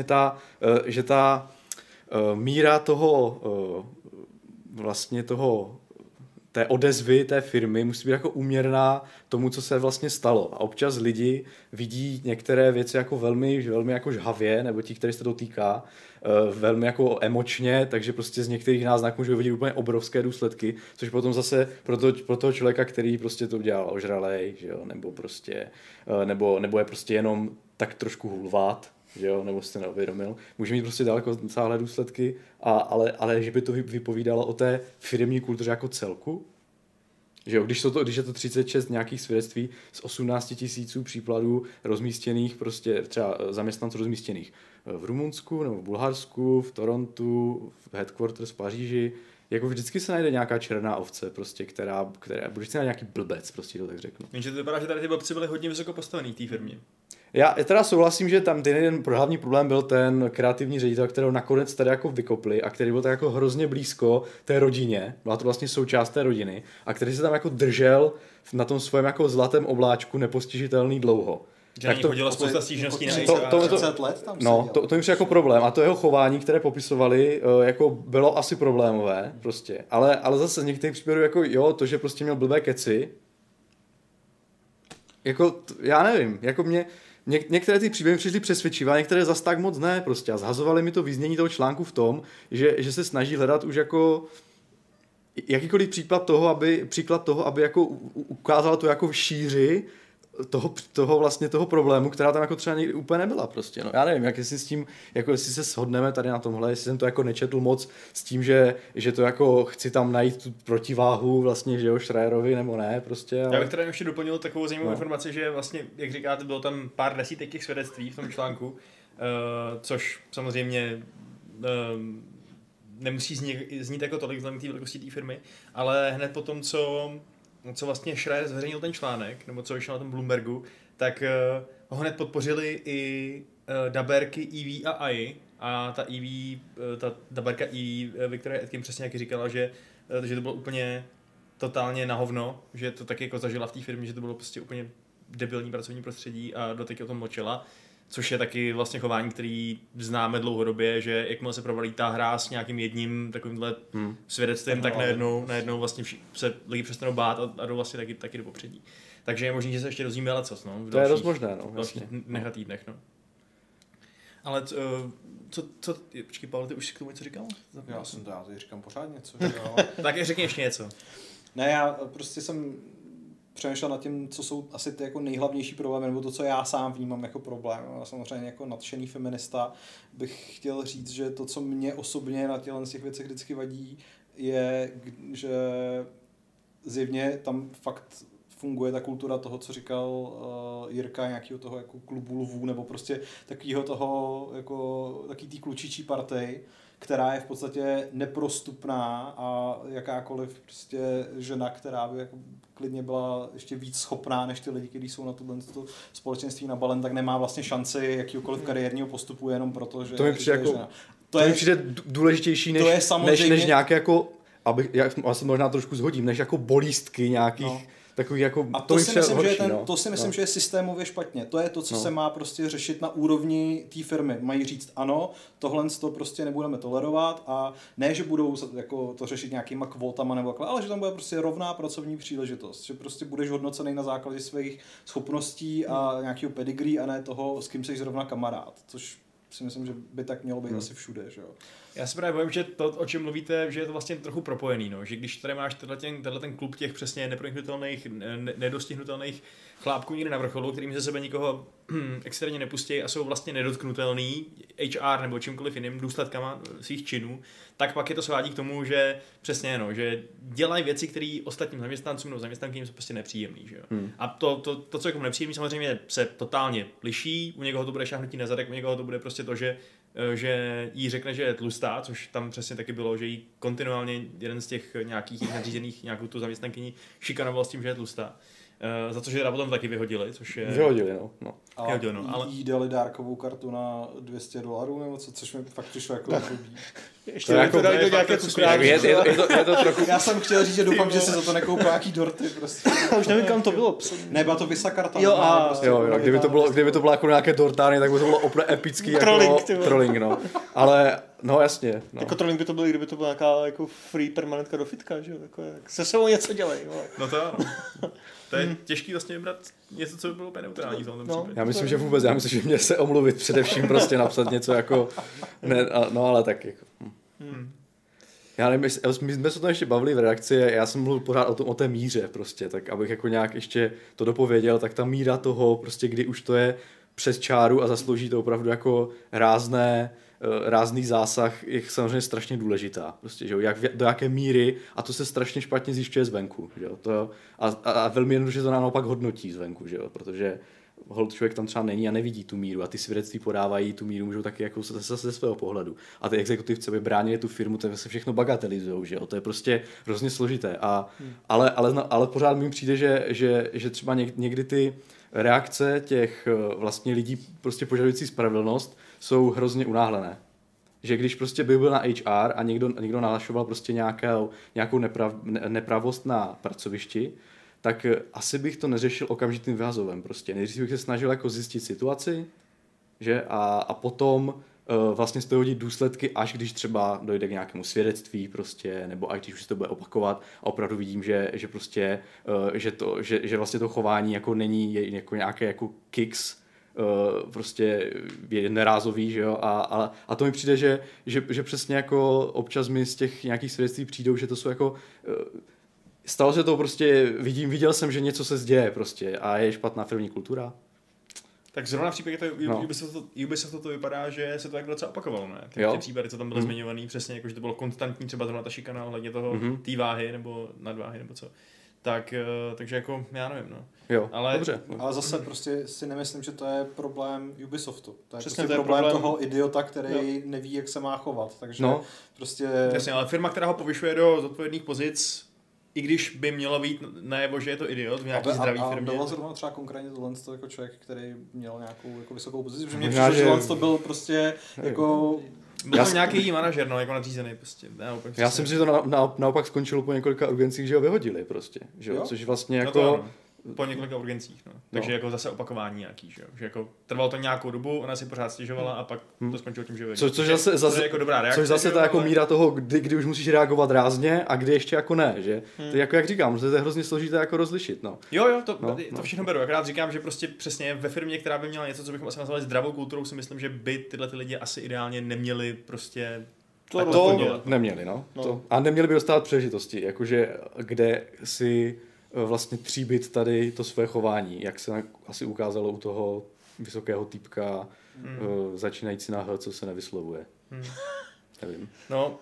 ta míra toho vlastně toho té odezvy té firmy musí být jako úměrná tomu, co se vlastně stalo. A občas lidi vidí některé věci jako velmi, velmi jako žhavě, nebo ti, který se to dotýká, velmi jako emočně, takže prostě z některých náznaků můžou vidět úplně obrovské důsledky, což potom zase pro toho člověka, který prostě to udělal ožralej, že jo, nebo prostě, nebo je prostě jenom tak trošku hulvát, že jo, nebo jste neuvědomil, může mít prostě daleko sáhlé důsledky, ale že by to vypovídalo o té firemní kultuře jako celku, že jo, když je to 36 nějakých svědectví z 18 000 příkladů rozmístěných, prostě třeba zaměstnanců rozmístěných v Rumunsku nebo v Bulharsku, v Torontu, v headquarters v Paříži, jako vždycky se najde nějaká černá ovce, prostě, která vždycky najde nějaký blbec, prostě to tak řeknu. Jenže to vypadá, že tady ty blbci byli hodně vysoko postavený v té firmě. Já teda souhlasím, že tam ten hlavní problém byl ten kreativní ředitel, kterého nakonec tady jako vykopli a který byl tak jako hrozně blízko té rodině, byla to vlastně součást té rodiny a který se tam jako držel na tom svém jako zlatém obláčku nepostižitelný dlouho. Že na ní chodila spousta stížností na let tam no, to jim přijde jako problém a to jeho chování, které popisovali, jako bylo asi problémové prostě, ale zase z některých případů jako jo, to, že prostě měl blbé keci, jako já nevím, jako mě některé ty příběhy přišly přesvědčivé, a některé zas tak moc ne prostě a zhazovali mi to význění toho článku v tom, že se snaží hledat už jako jakýkoliv příklad toho, aby jako ukázal to jako v šíři toho problému, která tam jako třeba někdy úplně nebyla prostě, no. Já nevím, jak jestli s tím, jako jestli se shodneme tady na tomhle, jestli jsem to jako nečetl moc s tím, že to jako chci tam najít tu protiváhu vlastně, že jo, Schreierovi nebo ne, prostě. Ale... Já bych teda ještě doplnil takovou zajímavou informaci, že vlastně, jak říkáte, bylo tam pár desítek těch svědectví v tom článku, což samozřejmě nemusí znít jako tolik vzhledem k té velikosti té firmy, ale hned po tom, co vlastně Schreier zveřejnil ten článek, nebo co vyšel na tom Bloombergu, tak ho hned podpořili i daberky EV a AI. A ta daberka EV, Victoria Atkin přesně jak říkala, že to bylo úplně totálně na hovno, že to taky jako zažila v té firmě, že to bylo prostě úplně debilní pracovní prostředí a doteď o tom mlčela. Což je taky vlastně chování, který známe dlouhodobě, že jakmile se provalí ta hra s nějakým jedním takovýmhle svědectvím, tak najednou vlastně se lidi přestanou bát a jdou vlastně taky do popředí. Takže je možný, že se ještě dozvíme lecos, no. To je dost možné, no. Vlastně dnech a týdnech, no. Ale počkej, Pavel, ty už si k tomu něco říkal? Já teď říkám pořád něco. Tak řekni ještě něco. Ne, já prostě jsem přemýšlel nad tím, co jsou asi ty jako nejhlavnější problémy, nebo to, co já sám vnímám jako problém. A samozřejmě jako nadšený feminista bych chtěl říct, že to, co mě osobně na těch věcech vždycky vadí, je, že zjevně tam fakt funguje ta kultura toho, co říkal Jirka, nějakého toho jako klubu lvů, nebo prostě takového toho, jako takový tý klučičí partej, která je v podstatě neprostupná a jakákoliv prostě žena, která by jako klidně byla ještě víc schopná než ty lidi, kteří jsou na tohle společenství nabalen, tak nemá vlastně šanci jakýkoliv kariérního postupu jenom proto, že to mi přijde jako, žena. To mi přijde důležitější než nějaké jako, já se možná trošku zhodím, než jako bolístky nějakých, no. Takový jako, a to si myslím, že je systémově špatně. To je to, co se má prostě řešit na úrovni té firmy. Mají říct ano, tohle to prostě nebudeme tolerovat a ne, že budou jako to řešit nějakýma kvótama nebo takhle, ale že tam bude prostě rovná pracovní příležitost. Že prostě budeš hodnocený na základě svých schopností a nějakého pedigree a ne toho, s kým jsi zrovna kamarád. Což si myslím, že by tak mělo být asi všude, že jo. Já si právě bojím, že to, o čem mluvíte, že je to vlastně trochu propojený, no. Že když tady máš tenhle ten klub těch přesně neproniknutelných, nedostihnutelných chlápků někde na vrcholu, kterým ze sebe nikoho extrémně nepustí a jsou vlastně nedotknutelný HR nebo čímkoliv jiným důsledkama svých činů, tak pak je to svádí k tomu, že přesně že dělají věci, které ostatním zaměstnancům nebo zaměstnankyním jsou prostě nepříjemný, že jo. A to, co je jako nepříjemný, samozřejmě se totálně liší, u někoho to bude šáhnutí na zadek, u někoho to bude prostě to, že jí řekne, že je tlustá, což tam přesně taky bylo, že jí kontinuálně jeden z těch nějakých nadřízených nějakou tu zaměstnankyni šikanoval s tím, že je tlustá. Za což je teda potom taky vyhodili, což je... Vyhodili, no. Ale jí dali dárkovou kartu na $200 nebo co, což mi fakt přišlo jako blbý. Ještě to dali do nějaké cukrářky. Je to trochu... Já jsem chtěl říct, že doufám, že si za to nekoupil nějaký dorty prostě. Už nevím, kam to bylo. Ne, byla to Visa karta. Jo, kdyby to bylo jako nějaké dortány, tak by to bylo úplně epický jako trolling, no. Ale No jasně. No. Jako trolling by to bylo, kdyby to byla nějaká jako free permanentka do fitka, že jo? Jako jak se sebou něco dělej. No to ano. To je těžký vlastně vybrat něco, co by bylo úplně neutrální v tomto případě. Já myslím, že vůbec, já myslím, že mě se omluvit především prostě napsat něco jako, ne, no ale tak jako. Já nevím, my jsme se to ještě bavili v redakci, já jsem mluvil pořád o té míře prostě, tak abych jako nějak ještě to dopověděl, tak ta míra toho prostě, kdy už to je přes čáru a zaslouží to opravdu jako rázný zásah, je samozřejmě strašně důležitá. Prostě, že jo, do jaké míry, a to se strašně špatně zjišťuje zvenku. Že jo, a velmi jednoduše to naopak hodnotí zvenku, že jo, protože holt člověk tam třeba není a nevidí tu míru a ty svědectví podávají tu míru, můžou taky jako ze svého pohledu. A ty exekutivci by bránili tu firmu, tak se všechno bagatelizujou, že jo? To je prostě hrozně složité. Ale pořád mi přijde, že třeba někdy ty reakce těch vlastně lidí prostě požadující spravedlnost jsou hrozně unáhlené. Že když prostě by byl na HR a někdo nahlašoval prostě nějakou nepravost na pracovišti, tak asi bych to neřešil okamžitým vyhazovem prostě. Nejdřív bych se snažil jako zjistit situaci, že? A potom vlastně z toho hodit důsledky, až když třeba dojde k nějakému svědectví prostě, nebo až když už se to bude opakovat a opravdu vidím, že prostě, že vlastně to chování jako není jako nějaké jako kicks, prostě je nerázový, že jo, a to mi přijde, že přesně jako občas mi z těch nějakých svědectví přijdou, že to jsou jako stalo se to prostě, viděl jsem, že něco se děje prostě a je špatná firmní kultura. Tak zrovna v případě Ubisoftu to vypadá, že se to tak docela opakovalo, ne? Ty případy, co tam byly zmiňovaný, přesně jako, že to bylo konstantní, třeba zrovna ta šikana ohledně toho, té váhy nebo nadváhy nebo co. Takže jako, já nevím, no. Jo, ale, dobře. Ale zase prostě si nemyslím, že to je problém Ubisoftu. To je přesně prostě problém toho idiota, který neví, jak se má chovat. Takže prostě... Jasně, ale firma, která ho povyšuje do zodpovědných pozic, i když by mělo být najevo, že je to idiot v nějaký zdravý firmě. A byl zrovna třeba konkrétně tohle jako člověk, který měl nějakou jako vysokou pozici, protože mě přišlo, že tohle to byl prostě jako... Byl to nějaký manažer, no, jako nadřízený prostě. Já jsem si, že to naopak skončilo po několika urgencích, že ho vyhodili prostě, že jo? Což vlastně jako... No to, po několika urgencích, no. Takže jako zase opakování nějaký, že jo? Že jako trvalo to nějakou dobu, ona si pořád stěžovala a pak to skončilo tím, že vyhodili. Což jako dobrá reakce. Což zase ta jako míra toho, kdy už musíš reagovat rázně a kdy ještě jako ne, že? To jako jak říkám, to je hrozně složité jako rozlišit, no. Jo, to všechno beru. Akorát říkám, že prostě přesně ve firmě, která by měla něco, co bychom asi nazvali zdravou kulturou, si myslím, že by tyhle ty lidi asi ideálně neměli prostě to neměli, no. A neměli by dostávat příležitosti, jakože kde si vlastně tříbit tady to své chování, jak se asi ukázalo u toho vysokého týpka začínající na H, co se nevyslovuje. Nevím. No,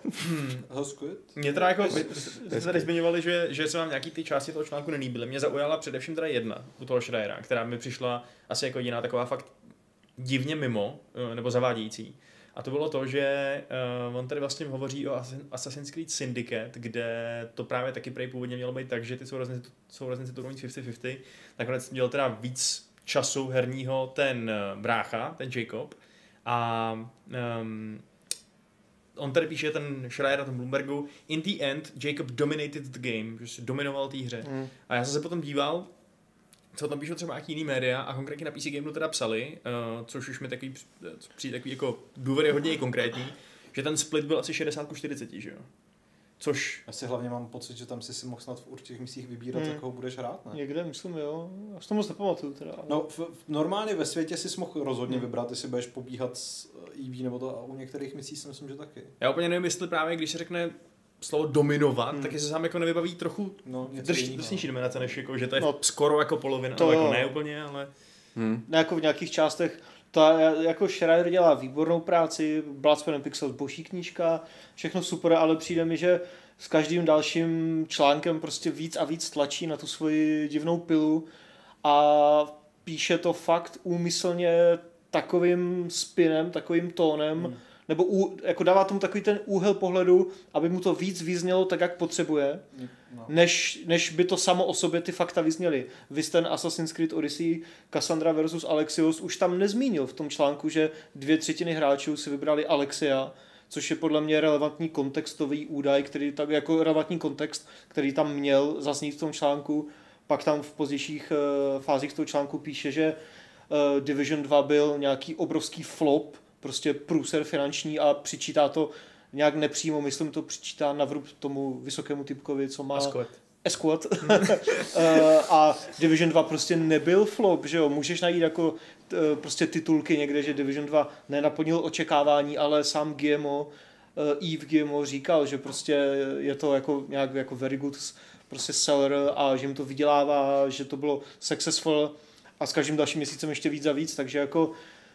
mě teda jako, jste tady zmiňovali, že se vám nějaký ty části toho článku nelíbily. Mě zaujala především teda jedna u toho Schreiera, která mi přišla asi jako jediná taková fakt divně mimo, nebo zavádějící. A to bylo to, že on tady vlastně hovoří o Assassin's Creed Syndicate, kde to právě taky prej původně mělo být tak, že ty sourozenci to budou mít 50-50. Nakonec měl teda víc času herního ten brácha, ten Jacob. A on tady píše, ten Schreier na tom Bloombergu, in the end, Jacob dominated the game, že se dominoval té hře. A já jsem se potom díval, co tam píšou třeba nějaký jiný média a konkrétně na PC Gameu teda psali, což už mi přijde takový jako důvod je hodně konkrétní, že ten split byl asi 60-40, že jo? Což... Já si hlavně mám pocit, že tam si mohl snad v určitých místích vybírat, jak ho budeš hrát, ne? Někde, myslím, jo. Já si to moc nepamatuju teda. No, normálně ve světě si mohl rozhodně vybrat, jestli budeš pobíhat s EV nebo to, a u některých misí si myslím, že taky. Já úplně nevím, jestli právě, když se řekne slovo dominovat, tak se sám jako nevybaví trochu drsnější dominace, než jako, že to je skoro jako polovina, to jako ne úplně, ale... Ne jako v nějakých částech, jako Schreier dělá výbornou práci, Bloodsport and Pixels boží knížka, všechno super, ale přijde mi, že s každým dalším článkem prostě víc a víc tlačí na tu svoji divnou pilu a píše to fakt úmyslně takovým spinem, takovým tónem, nebo jako dává tomu takový ten úhel pohledu, aby mu to víc vyznělo tak, jak potřebuje, než by to samo o sobě ty fakta vyzněly. Vy ten Assassin's Creed Odyssey, Cassandra versus Alexios už tam nezmínil v tom článku, že 2/3 hráčů si vybrali Alexia, což je podle mě relevantní kontextový údaj, který tak jako relevantní kontext, který tam měl zaznít v tom článku. Pak tam v pozdějších fázích toho článku píše, že Division 2 byl nějaký obrovský flop, prostě průser finanční a přičítá to nějak nepřímo, myslím to přičítá na vrub tomu vysokému typkovi, co má Escort. A Division 2 prostě nebyl flop, že jo, můžeš najít jako prostě titulky někde, že Division 2 nenaplnil očekávání, ale sám GMO, Eve GMO říkal, že prostě je to jako nějak jako very good prostě seller a že jim to vydělává, že to bylo successful a s každým dalším měsícem ještě víc a víc, takže jako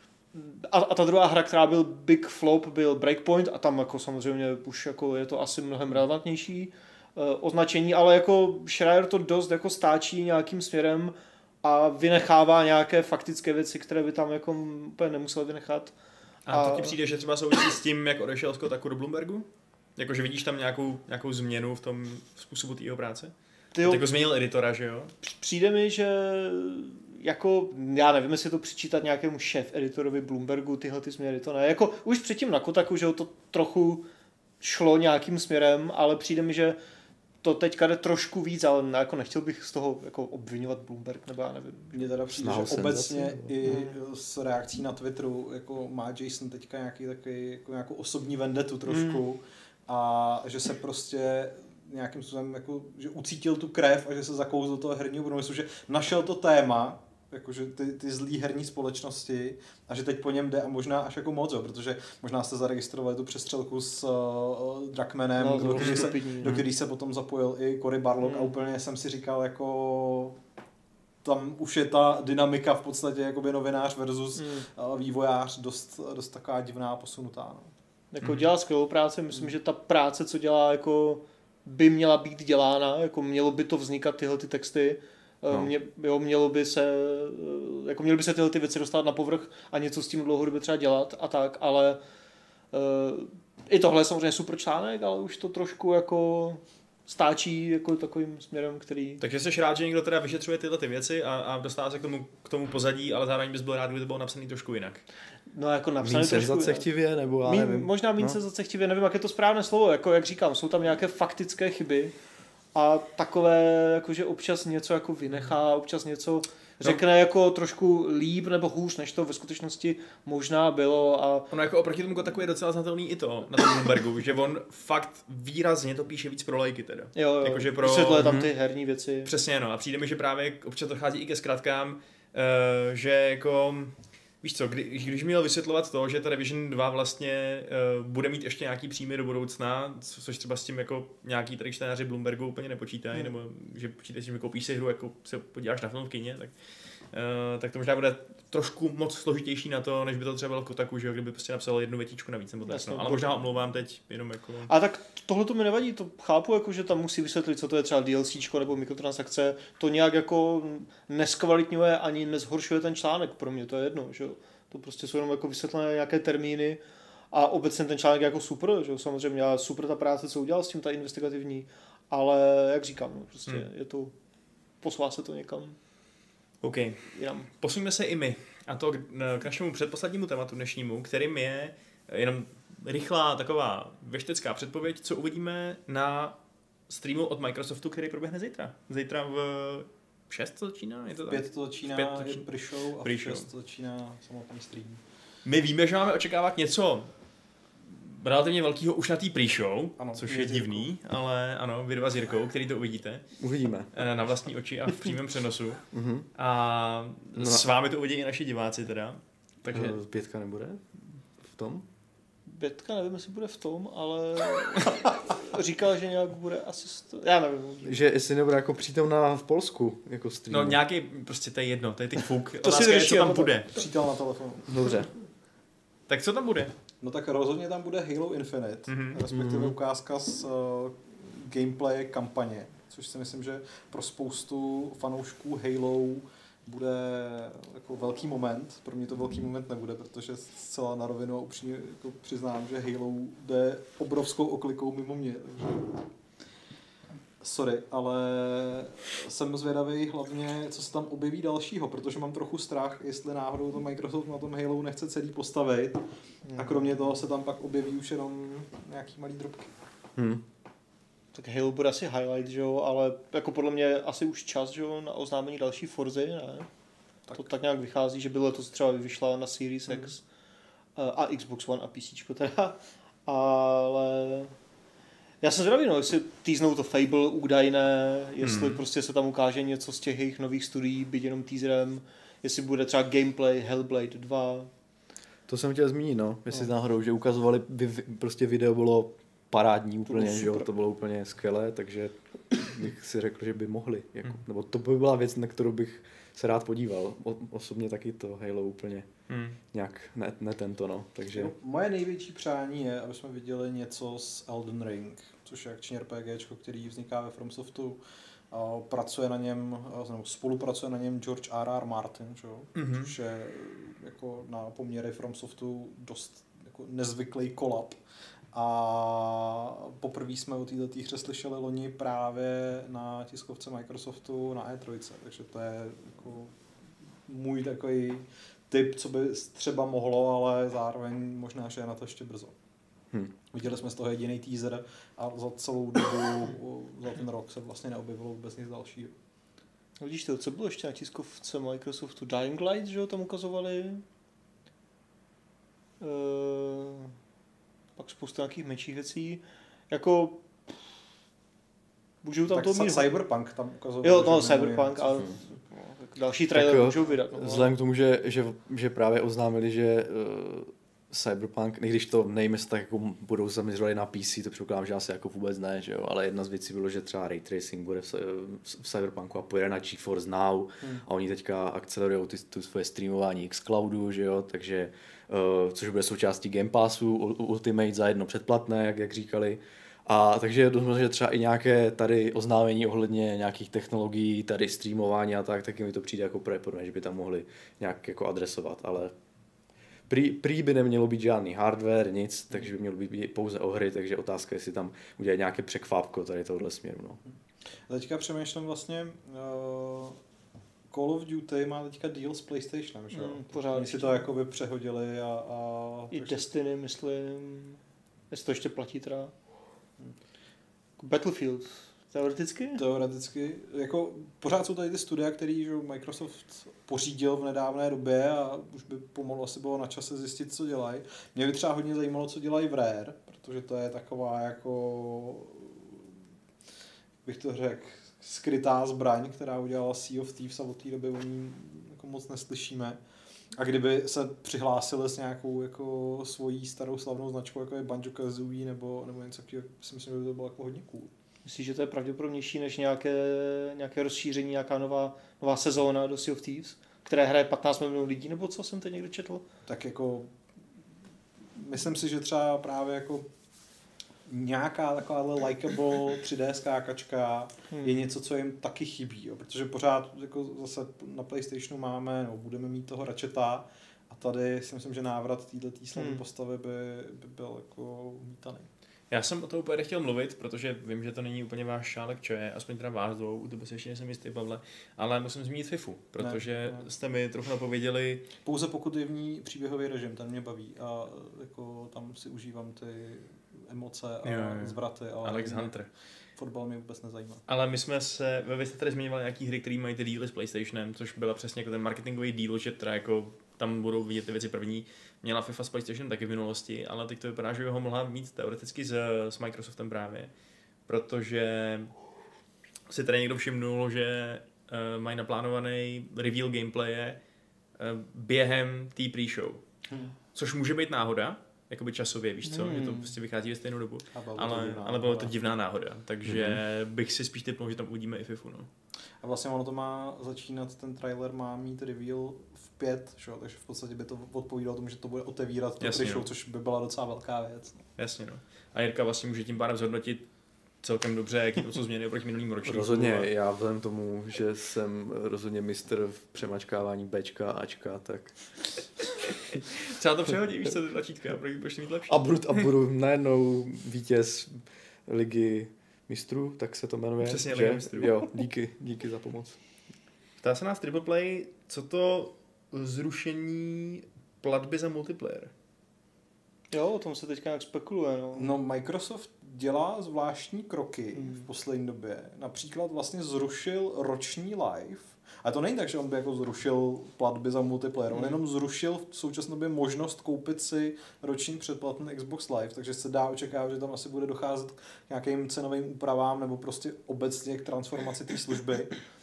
a ta druhá hra, která byl big flop, byl Breakpoint a tam jako samozřejmě už jako je to asi mnohem relevantnější označení, ale jako Schreier to dost jako stáčí nějakým směrem a vynechává nějaké faktické věci, které by tam jako úplně nemusel vynechat. A to ti přijde, že třeba souvisí s tím, jak odešel Scott Taku do Bloombergu? Jakože vidíš tam nějakou změnu v tom způsobu té jeho práce? Jako změnil editora, že jo? Přijde mi, že jako, já nevím, jestli to přičítat nějakému šéf-editorovi Bloombergu, tyhle ty směry, to ne. Jako už předtím na Kotaku, že to trochu šlo nějakým směrem, ale přijde mi, že to teďka jde trošku víc, ale jako nechtěl bych z toho jako obvinovat Bloomberg, nebo já nevím. Mně teda přijde, že obecně i s reakcí na Twitteru jako má Jason teďka nějaký takový, jako nějakou osobní vendetu trošku a že se prostě nějakým způsobem jako, že ucítil tu krev a že se zakouzl do toho herního průmyslu, že našel to téma, jakože ty zlý herní společnosti a že teď po něm jde a možná až jako moc, protože možná jste zaregistrovali tu přestřelku s Druckmannem, do který se potom zapojil i Cory Barlog a úplně jsem si říkal jako tam už je ta dynamika v podstatě jakoby novinář versus vývojář dost taková divná posunutá. No. Jako dělá skvělou práci, myslím, že ta práce, co dělá, jako by měla být dělána, jako mělo by to vznikat tyhle ty texty, měly by se tyhle ty věci dostat na povrch a něco s tím dlouhodobě třeba dělat a tak, ale i tohle je samozřejmě super článek, ale už to trošku jako stáčí jako takovým směrem, který... Takže jsi rád, že někdo teda vyšetřuje tyhle ty věci a dostává se k tomu pozadí, ale zároveň bys byl rád, kdyby to bylo napsané trošku jinak. No jako napsané trošku senzacechtivě, nebo já nevím. Možná méně senzacechtivě, nevím, jak je to správné slovo, jako jak říkám, jsou tam nějaké faktické chyby a takové, jakože občas něco jako vynechá, občas něco řekne jako trošku líp nebo hůř, než to ve skutečnosti možná bylo. A... Ono jako oproti tomu Kotaku je docela znatelný i to na tom Bloombergu, že on fakt výrazně to píše víc pro lajky teda. Jo. Jakože vysvětluje tam ty herní věci. Přesně, no. A přijde mi, že právě občas dochází i ke zkratkám, že jako... Víš co, když měl vysvětlovat to, že ta Division 2 vlastně bude mít ještě nějaký příjmy do budoucna, což třeba s tím jako nějaký tady čtenáři Bloombergu úplně nepočítají, nebo že počítají, že koupíš si hru, jako se podíváš na film v kině, tak to možná bude trošku moc složitější na to, než by to třeba bylo v Kotaku, že kdyby prostě napsal jednu větičku navíc, nebo tak, no. Ale možná omlouvám teď, jenom jako... A tak tohle to mi nevadí, to chápu, jako, že tam musí vysvětlit, co to je třeba DLCčko nebo mikrotransakce, to nějak jako neskvalitňuje ani nezhoršuje ten článek, pro mě to je jedno, že jo. To prostě jsou jenom jako vysvětlené nějaké termíny a obecně ten článek je jako super, že jo, samozřejmě super ta práce, co udělal s tím, ta investigativní, ale jak říkám, no, prostě je to, poslá se to někam. OK. Posuňme se i my. A to k našemu předposlednímu tématu dnešnímu, kterým je jenom rychlá taková věštecká předpověď, co uvidíme na streamu od Microsoftu, který proběhne zítra. Zítra v 6 to začíná? Je to tak? 5 to začíná, je pre-show a v 6 to začíná samotný stream. My víme, že máme očekávat něco relativně velkého už na té pre-show, ano, což je divný, ale ano, vy dva s Jirkou, který to uvidíte. Uvidíme. Na vlastní oči a v přímém přenosu. A s vámi to uvidí i naši diváci teda. Takže... 5 nebude v tom? 5 nevím, jestli bude v tom, ale říkal, že nějak bude asi... Já nevím. Že jestli nebude jako přítomná v Polsku, jako stream. No nějaký, prostě to je jedno, to je teď fuk. To si je, co tam bude. Přítel na telefonu. Dobře. Tak co tam bude? No tak rozhodně tam bude Halo Infinite, respektive ukázka z gameplay kampaně, což si myslím, že pro spoustu fanoušků Halo bude jako velký moment. Pro mě to velký moment nebude, protože zcela na rovinu a upřímně jako přiznám, že Halo jde obrovskou oklikou mimo mě. Takže... Sorry, ale jsem zvědavý hlavně, co se tam objeví dalšího, protože mám trochu strach, jestli náhodou to Microsoft na tom Halo nechce celý postavit a kromě toho se tam pak objeví už jenom nějaký malý drobky. Tak Halo bude asi highlight, že jo, ale jako podle mě asi už čas, že jo, na oznámení další Forzy, ne? Tak. To tak nějak vychází, že by letos třeba vyšla na Series X A Xbox One a PC teda. Ale já jsem zvědavý, no, jestli týznou to Fable údajné, jestli prostě se tam ukáže něco z těch jejich nových studií, byť jenom teaserem, jestli bude třeba gameplay Hellblade 2. To jsem chtěl zmínit, no. Jestli náhodou, že ukazovali, prostě video bylo parádní úplně, že jo, to bylo úplně skvělé, takže bych si řekl, že by mohli, jako, nebo to by byla věc, na kterou bych se rád podíval. Osobně taky to Halo úplně nějak ne tento, no, takže... No, moje největší přání je, aby jsme viděli něco z Elden Ring, což je akční RPGčko, který vzniká ve FromSoftu. Pracuje na něm, nebo spolupracuje na něm George R.R. Martin, což je jako na poměry FromSoftu dost jako nezvyklý kolab. A poprvé jsme o této hře slyšeli loni právě na tiskovce Microsoftu na E3, takže to je jako můj takový tip, co by třeba mohlo, ale zároveň možná, že je na to ještě brzo. Viděli jsme z toho jediný teaser a za celou dobu, za ten rok se vlastně neobjevilo vůbec nic dalšího. Vidíš to, co bylo ještě na tiskovce Microsoftu? Dying Light, že jo, tam ukazovali? Pak spousta nějakých menších věcí. Jako... Můžou tam tak to mít... Cyberpunk tam ukazovali. Jo, no, Cyberpunk a další trailer tak, můžou vydat. No, vzhledem k tomu, že právě oznámili, že Cyberpunk, i když to nejme se tak jako budou zaměřovat na PC, to předpokládám, že asi jako vůbec ne, že jo, ale jedna z věcí bylo, že třeba Ray Tracing bude v Cyberpunku a pojede na GeForce Now a oni teďka akcelerujou tu svoje streamování xCloudu, že jo, takže což bude součástí Game Passu, Ultimate za jedno předplatné, jak říkali. A takže je dost, že třeba i nějaké tady oznámení ohledně nějakých technologií, tady streamování a tak mi to přijde jako preporné, že by tam mohli nějak jako adresovat, ale prý by nemělo být žádný hardware, nic, takže by mělo být pouze o hry, takže otázka, jestli tam udělat nějaké překvápko tady tohle směru. No. Teďka přemýšlím vlastně, Call of Duty má teďka deal s PlayStationem, že jo? Pořád. Oni si to jakoby přehodili a i Destiny, myslím, jestli to ještě platí teda. Battlefield, teoreticky? Teoreticky. Jako, pořád jsou tady ty studia, který že Microsoft pořídil v nedávné době a už by pomalu asi bylo na čase zjistit, co dělají. Mě by třeba hodně zajímalo, co dělají v Rare, protože to je taková jako, bych to řekl, skrytá zbraň, která udělala Sea of Thieves a od té doby o ní jako moc neslyšíme. A kdyby se přihlásili s nějakou jako svojí starou slavnou značkou, jako je Banjo-Kazooie nebo něco takového, si myslím, že by to bylo jako hodně cool. Myslíš, že to je pravděpodobnější než nějaké rozšíření, nějaká nová sezóna do Sea of Thieves, které hraje 15 milionů lidí, nebo co jsem teď někde četl? Tak jako, myslím si, že třeba právě jako nějaká takováhle likeable 3D skákačka je něco, co jim taky chybí, jo? Protože pořád jako zase na PlayStationu máme, nebo budeme mít toho Ratcheta a tady si myslím, že návrat této slavné postavy by byl jako vítaný. Já jsem o to úplně nechtěl mluvit, protože vím, že to není úplně váš šálek čaje, aspoň teda vás dvou, to by se ještě nejsem jistý, Pavle, ale musím zmínit FIFU, protože jste mi trochu napověděli... Pouze pokud je v ní příběhový režim, ten mě baví a jako tam si užívám ty emoce a zvraty. Alex Hunter. Fotbal mě vůbec nezajímá. Ale my jsme vy jste tady zmiňovali nějaký hry, které mají ty díly s PlayStationem, což byla přesně jako ten marketingový deal, že teda jako tam budou vidět ty věci první. Měla FIFA s PlayStation taky v minulosti, ale teď to vypadá, že by ho mohla mít teoreticky s Microsoftem právě. Protože si tady někdo všimnul, že mají naplánovaný reveal gameplaye během té pre-show. Což může být náhoda, jakoby časově, víš co, že to prostě vychází ve stejnou dobu, ale bylo to divná náhoda, takže bych si spíš typnul, že tam uvidíme i FIFU, no. A vlastně ono to má začínat, ten trailer má mít reveal v 5, šo? Takže v podstatě by to odpovídalo tomu, že to bude otevírat tu show, což by byla docela velká věc. No. Jasně, no. A Jirka vlastně může tím pádem zhodnotit celkem dobře, jaký to jsou změny oproti minulým ročníku. Rozhodně, já vzhledem tomu, že jsem rozhodně mistr v přemačkávání Bčka, Ačka, tak... Třeba to přehodí, víš co, ty tlačítka, budeš mít lepší. A budu najednou vítěz ligy mistrů, tak se to jmenuje. Přesně, liga mistrů. Jo, díky za pomoc. Ptá se nás Triple Play, co to zrušení platby za multiplayer? Jo, o tom se teďka nějak spekuluje. No Microsoft dělá zvláštní kroky v poslední době. Například vlastně zrušil roční live A to není tak, že on by jako zrušil platby za multiplayer, on jenom zrušil v současné době možnost koupit si roční předplatný Xbox Live, takže se dá očekávat, že tam asi bude docházet k nějakým cenovým úpravám nebo prostě obecně k transformaci té služby.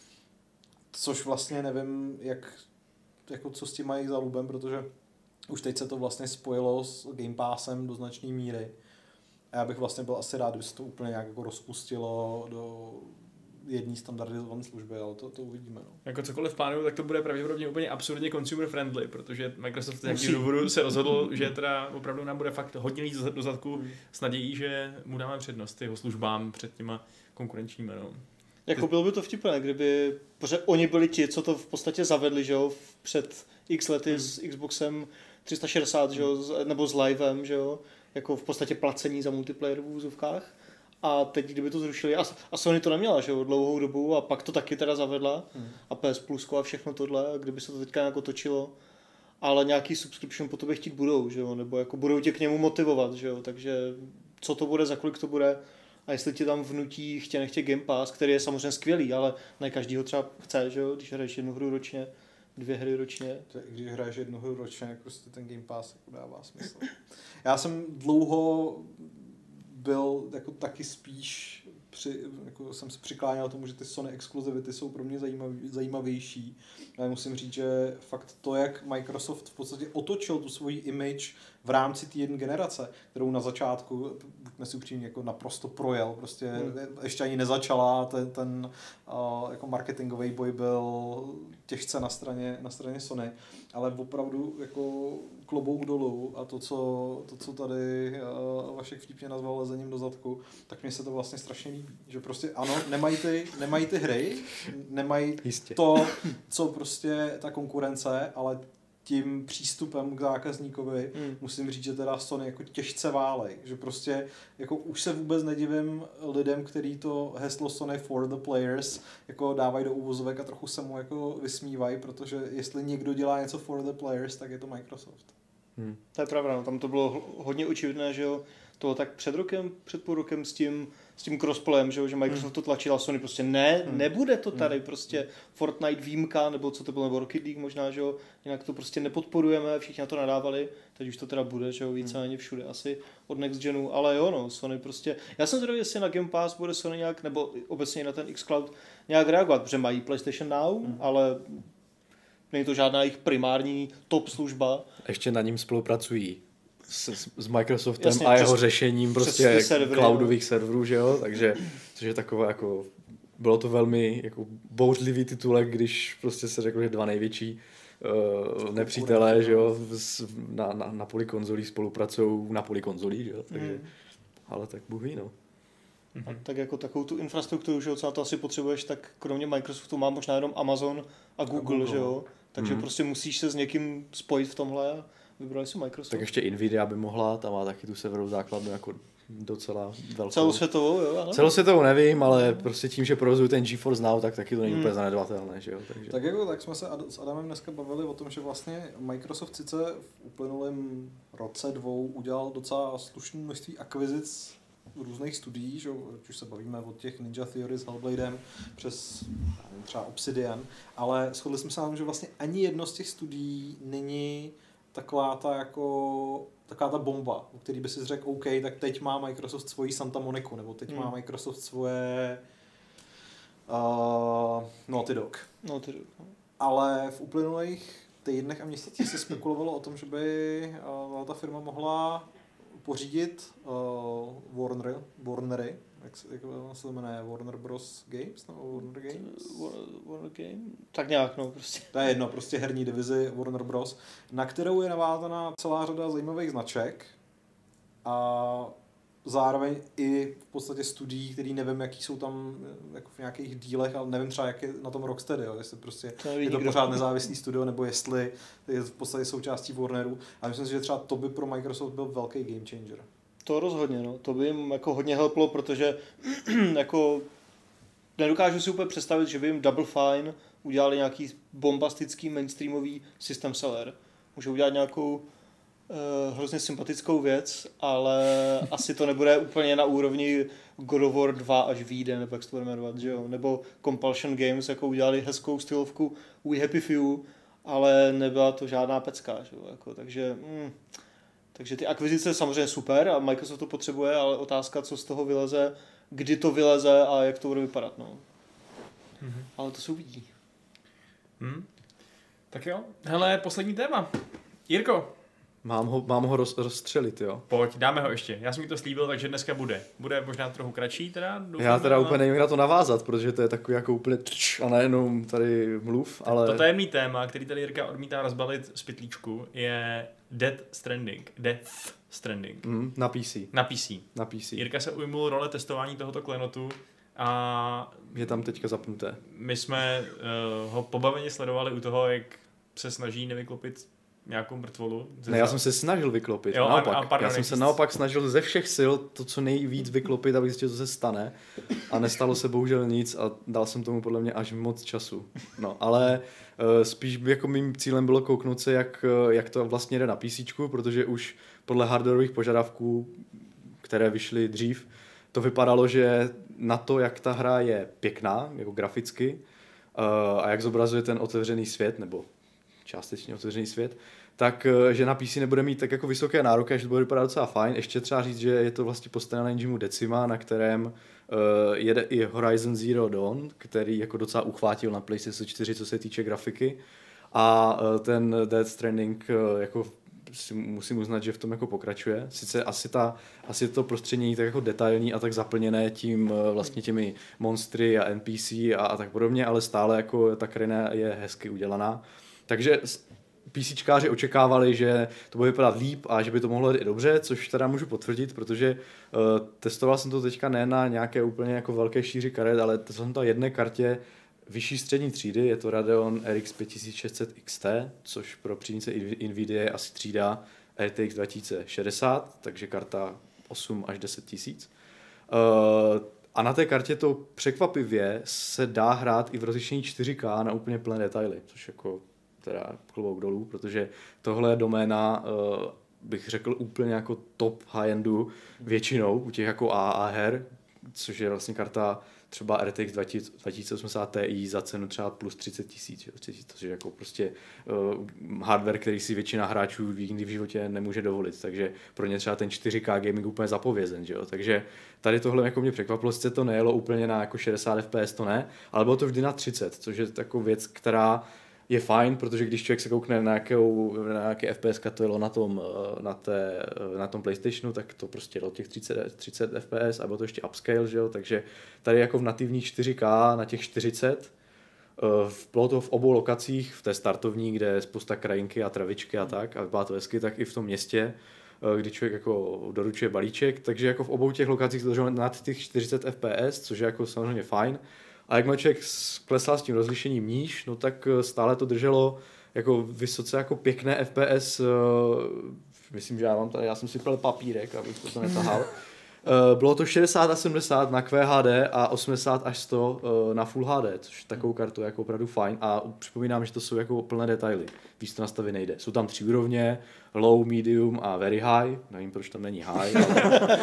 Což vlastně nevím, jako co s tím mají za lubem, protože už teď se to vlastně spojilo s Game Passem do značné míry. A já bych vlastně byl asi rád, kdyby se to úplně nějak jako rozpustilo do jedné standardizované služby, ale to uvidíme. No. Jako cokoliv plánuju, tak to bude pravděpodobně úplně absurdně consumer friendly, protože Microsoft z nějakého důvodu se rozhodl, že teda opravdu nám bude fakt hodně líst do zadku s nadějí, že mu dáme přednost jeho službám před těma konkurenčními. No. Jako bylo by to vtipné, kdyby, protože oni byli ti, co to v podstatě zavedli, že jo, před x lety s Xboxem 360, že jo, nebo s Livem, že jo, jako v podstatě placení za multiplayer v úzovkách. A teď, kdyby to zrušili, a Sony to neměla, že jo, dlouhou dobu, a pak to taky teda zavedla, a PS Plus a všechno tohle, a kdyby se to teďka jako točilo, ale nějaký subscription po tobě chtít budou, že jo, nebo jako budou tě k němu motivovat, že jo, takže co to bude, za kolik to bude, a jestli ti tam vnutí nechtě Game Pass, který je samozřejmě skvělý, ale ne každý ho třeba chce, že jo, když hraješ 1 hru ročně, 2 hry ročně. Když hraješ 1 hru ročně, tak prostě ten Game Pass jako dává smysl. Já jsem dlouho byl jako taky spíš jako jsem se přikláněl tomu, že ty Sony exkluzivity jsou pro mě zajímavější. Ale musím říct, že fakt to, jak Microsoft v podstatě otočil tu svoji image v rámci té jedné generace, kterou na začátku, buďme si upřímní, jako naprosto projel, prostě ještě ani nezačala, ten jako marketingový boj byl těžce na straně Sony, ale opravdu jako klobouk dolů a to, co tady Vašek vtipně nazval lezením do zadku, tak mně se to vlastně strašně líbí. Že prostě ano, nemají ty hry, nemají to, co prostě ta konkurence, ale tím přístupem k zákazníkovi musím říct, že teda Sony jako těžce válej, že prostě jako už se vůbec nedivím lidem, který to heslo Sony for the players jako dávají do úvozovek a trochu se mu jako vysmívají, protože jestli někdo dělá něco for the players, tak je to Microsoft. To je pravda, no. Tam to bylo hodně očividné, že jo, to tak před půl rokem s tím crossplayem, že Microsoft to tlačil a Sony prostě nebude to tady, prostě Fortnite výjimka, nebo co to bylo, nebo Rocket League možná, že jo, jinak to prostě nepodporujeme, všichni na to nadávali, teď už to teda bude, že jo, víceméně všude asi od Next Genu, ale jo, no, Sony prostě, já jsem zvědavý, jestli na Game Pass bude Sony nějak, nebo obecně na ten xCloud nějak reagovat, protože mají PlayStation Now, ale není to žádná jejich primární top služba. Ještě na ním spolupracují s Microsoftem. Jasně, a jeho řešením prostě cloudových serverů, že jo, takže což je takové jako, bylo to velmi jako bouřlivý titulek, když prostě se řeklo, že 2 největší nepřítelé, že jo, na poli konzolí spolupracují na poli konzolí, že jo, takže, ale tak Bůh ví, no. A tak jako takovou tu infrastrukturu, že jo, co na to asi potřebuješ, tak kromě Microsoftu má možná jenom Amazon a Google, že jo, takže prostě musíš se s někým spojit v tomhle a vybrali si Microsoft. Tak ještě Nvidia by mohla, tam má taky tu severovou základnu jako docela velkou. Celosvětovou, jo? Ano? Celosvětovou nevím, ale prostě tím, že provozují ten GeForce Now, tak taky to není úplně zanedbatelné, že jo. Takže. Tak jsme se s Adamem dneska bavili o tom, že vlastně Microsoft sice v uplynulém roce 2 udělal docela slušné množství akvizic různých studií, že už se bavíme od těch Ninja Theory s Hellbladem přes třeba Obsidian, ale shodli jsme se na tom, že vlastně ani jedno z těch studií není taková ta bomba, o který by si řekl, OK, tak teď má Microsoft svoji Santa Moniku, nebo teď má Microsoft svoje Naughty Dog. Ale v uplynulých týdnech a měsících se spekulovalo o tom, že by ta firma mohla pořídit Warnery, jak se jmenuje, Warner Bros. Games, nebo Warner Games? Warner Games? Tak nějak, no prostě. To je jedno, prostě herní divizi Warner Bros., na kterou je navázaná celá řada zajímavých značek a zároveň i v podstatě studií, který nevím, jaký jsou tam jako v nějakých dílech, ale nevím třeba, jak je na tom Rocksteady, jo? Jestli prostě je to pořád nezávislý studio, nebo jestli je v podstatě součástí Warneru. A myslím si, že třeba to by pro Microsoft byl velký game changer. To rozhodně, no. To by jim jako hodně helplo, protože jako nedokážu si úplně představit, že by jim Double Fine udělali nějaký bombastický mainstreamový system seller. Můžou udělat nějakou hrozně sympatickou věc, ale asi to nebude úplně na úrovni God of War 2 až vyjde, nebo jak se to bude jmenovat, že jo? Nebo Compulsion Games, jako udělali hezkou stylovku We Happy Few, ale nebyla to žádná pecka, že jo? Jako, takže ty akvizice samozřejmě super a Microsoft to potřebuje, ale otázka, co z toho vyleze, kdy to vyleze a jak to bude vypadat, no. Mm-hmm. Ale to se uvidí. Tak jo, hele, poslední téma. Jirko. Mám ho rozstřelit, jo. Pojď, dáme ho ještě. Já jsem mi to slíbil, takže dneska bude. Bude možná trochu kratší teda. Doufám, Já teda úplně nevím na to navázat, protože to je takový jako úplně a nejenom tady mluv, ale... To tajemný téma, který tady Jirka odmítá rozbalit z pytlíčku, je Death Stranding. Na PC. Na PC. Jirka se ujmul role testování tohoto klenotu a... Je tam teďka zapnuté. My jsme ho pobaveně sledovali u toho, jak se snaží nevyklopit nějakou mrtvolu. Ne, já jsem se snažil vyklopit. Jo, naopak. Já jsem se naopak snažil ze všech sil to, co nejvíc vyklopit, abych zjistil, co se stane. A nestalo se bohužel nic a dal jsem tomu podle mě až moc času. No, ale spíš jako mým cílem bylo kouknout se, jak to vlastně jde na PC, protože už podle hardwareových požadavků, které vyšly dřív, to vypadalo, že na to, jak ta hra je pěkná, jako graficky, a jak zobrazuje ten otevřený svět, nebo částečně otevřený svět, tak že na PC nebude mít tak jako vysoké nároky, že to bude vypadat docela fajn. Ještě třeba říct, že je to vlastně postavené na engineu Decima, na kterém jede i Horizon Zero Dawn, který jako docela uchvátil na PlayStation 4, co se týče grafiky. A ten Death Stranding jako musím uznat, že v tom jako pokračuje. Sice asi to prostředí není tak jako detailní a tak zaplněné tím vlastně těmi monstry a NPC a tak podobně, ale stále jako ta krajina je hezky udělaná. Takže PCčkáři očekávali, že to bude vypadat líp a že by to mohlo jít i dobře, což teda můžu potvrdit, protože testoval jsem to teďka ne na nějaké úplně jako velké šíři karet, ale to jsem to jedné kartě vyšší střední třídy, je to Radeon RX 5600 XT, což pro příznivce Nvidia je asi třída RTX 2060, takže karta 8 až 10 tisíc. A na té kartě to překvapivě se dá hrát i v rozlišení 4K na úplně plné detaily, což jako teda klobouk dolů, protože tohle je doména, bych řekl, úplně jako top high-endu většinou u těch jako AAA her, což je vlastně karta třeba RTX 2080 Ti za cenu třeba plus 30 tisíc, což je jako prostě hardware, který si většina hráčů nikdy v životě nemůže dovolit, takže pro ně třeba ten 4K gaming úplně zapovězen, že jo? Takže tady tohle jako mě překvapilo, sice to nejelo úplně na jako 60 FPS, to ne, ale bylo to vždy na 30, což je taková věc, která je fajn, protože když člověk se koukne na nějaké FPS, to jelo na tom PlayStationu, tak to prostě jelo těch 30 FPS a bylo to ještě upscale, že jo? Takže tady jako v nativní 4K na těch 40, bylo to v obou lokacích, v té startovní, kde je spousta krajinky a travičky a tak, a vypadá to hezky, tak i v tom městě, kdy člověk jako doručuje balíček, takže jako v obou těch lokacích to drželo nad těch 40 FPS, což je jako samozřejmě fajn. A jak člověk klesal s tím rozlišením níž, no tak stále to drželo jako vysoce jako pěkné FPS, myslím, že já jsem si plel papírek, abych to netahal. Bylo to 60 a 70 na QHD a 80 až 100 na Full HD, což takovou kartu je jako opravdu fajn a připomínám, že to jsou jako plné detaily. Víc to nastavit nejde. Jsou tam 3 úrovně, low, medium a very high. Nevím, proč tam není high, ale...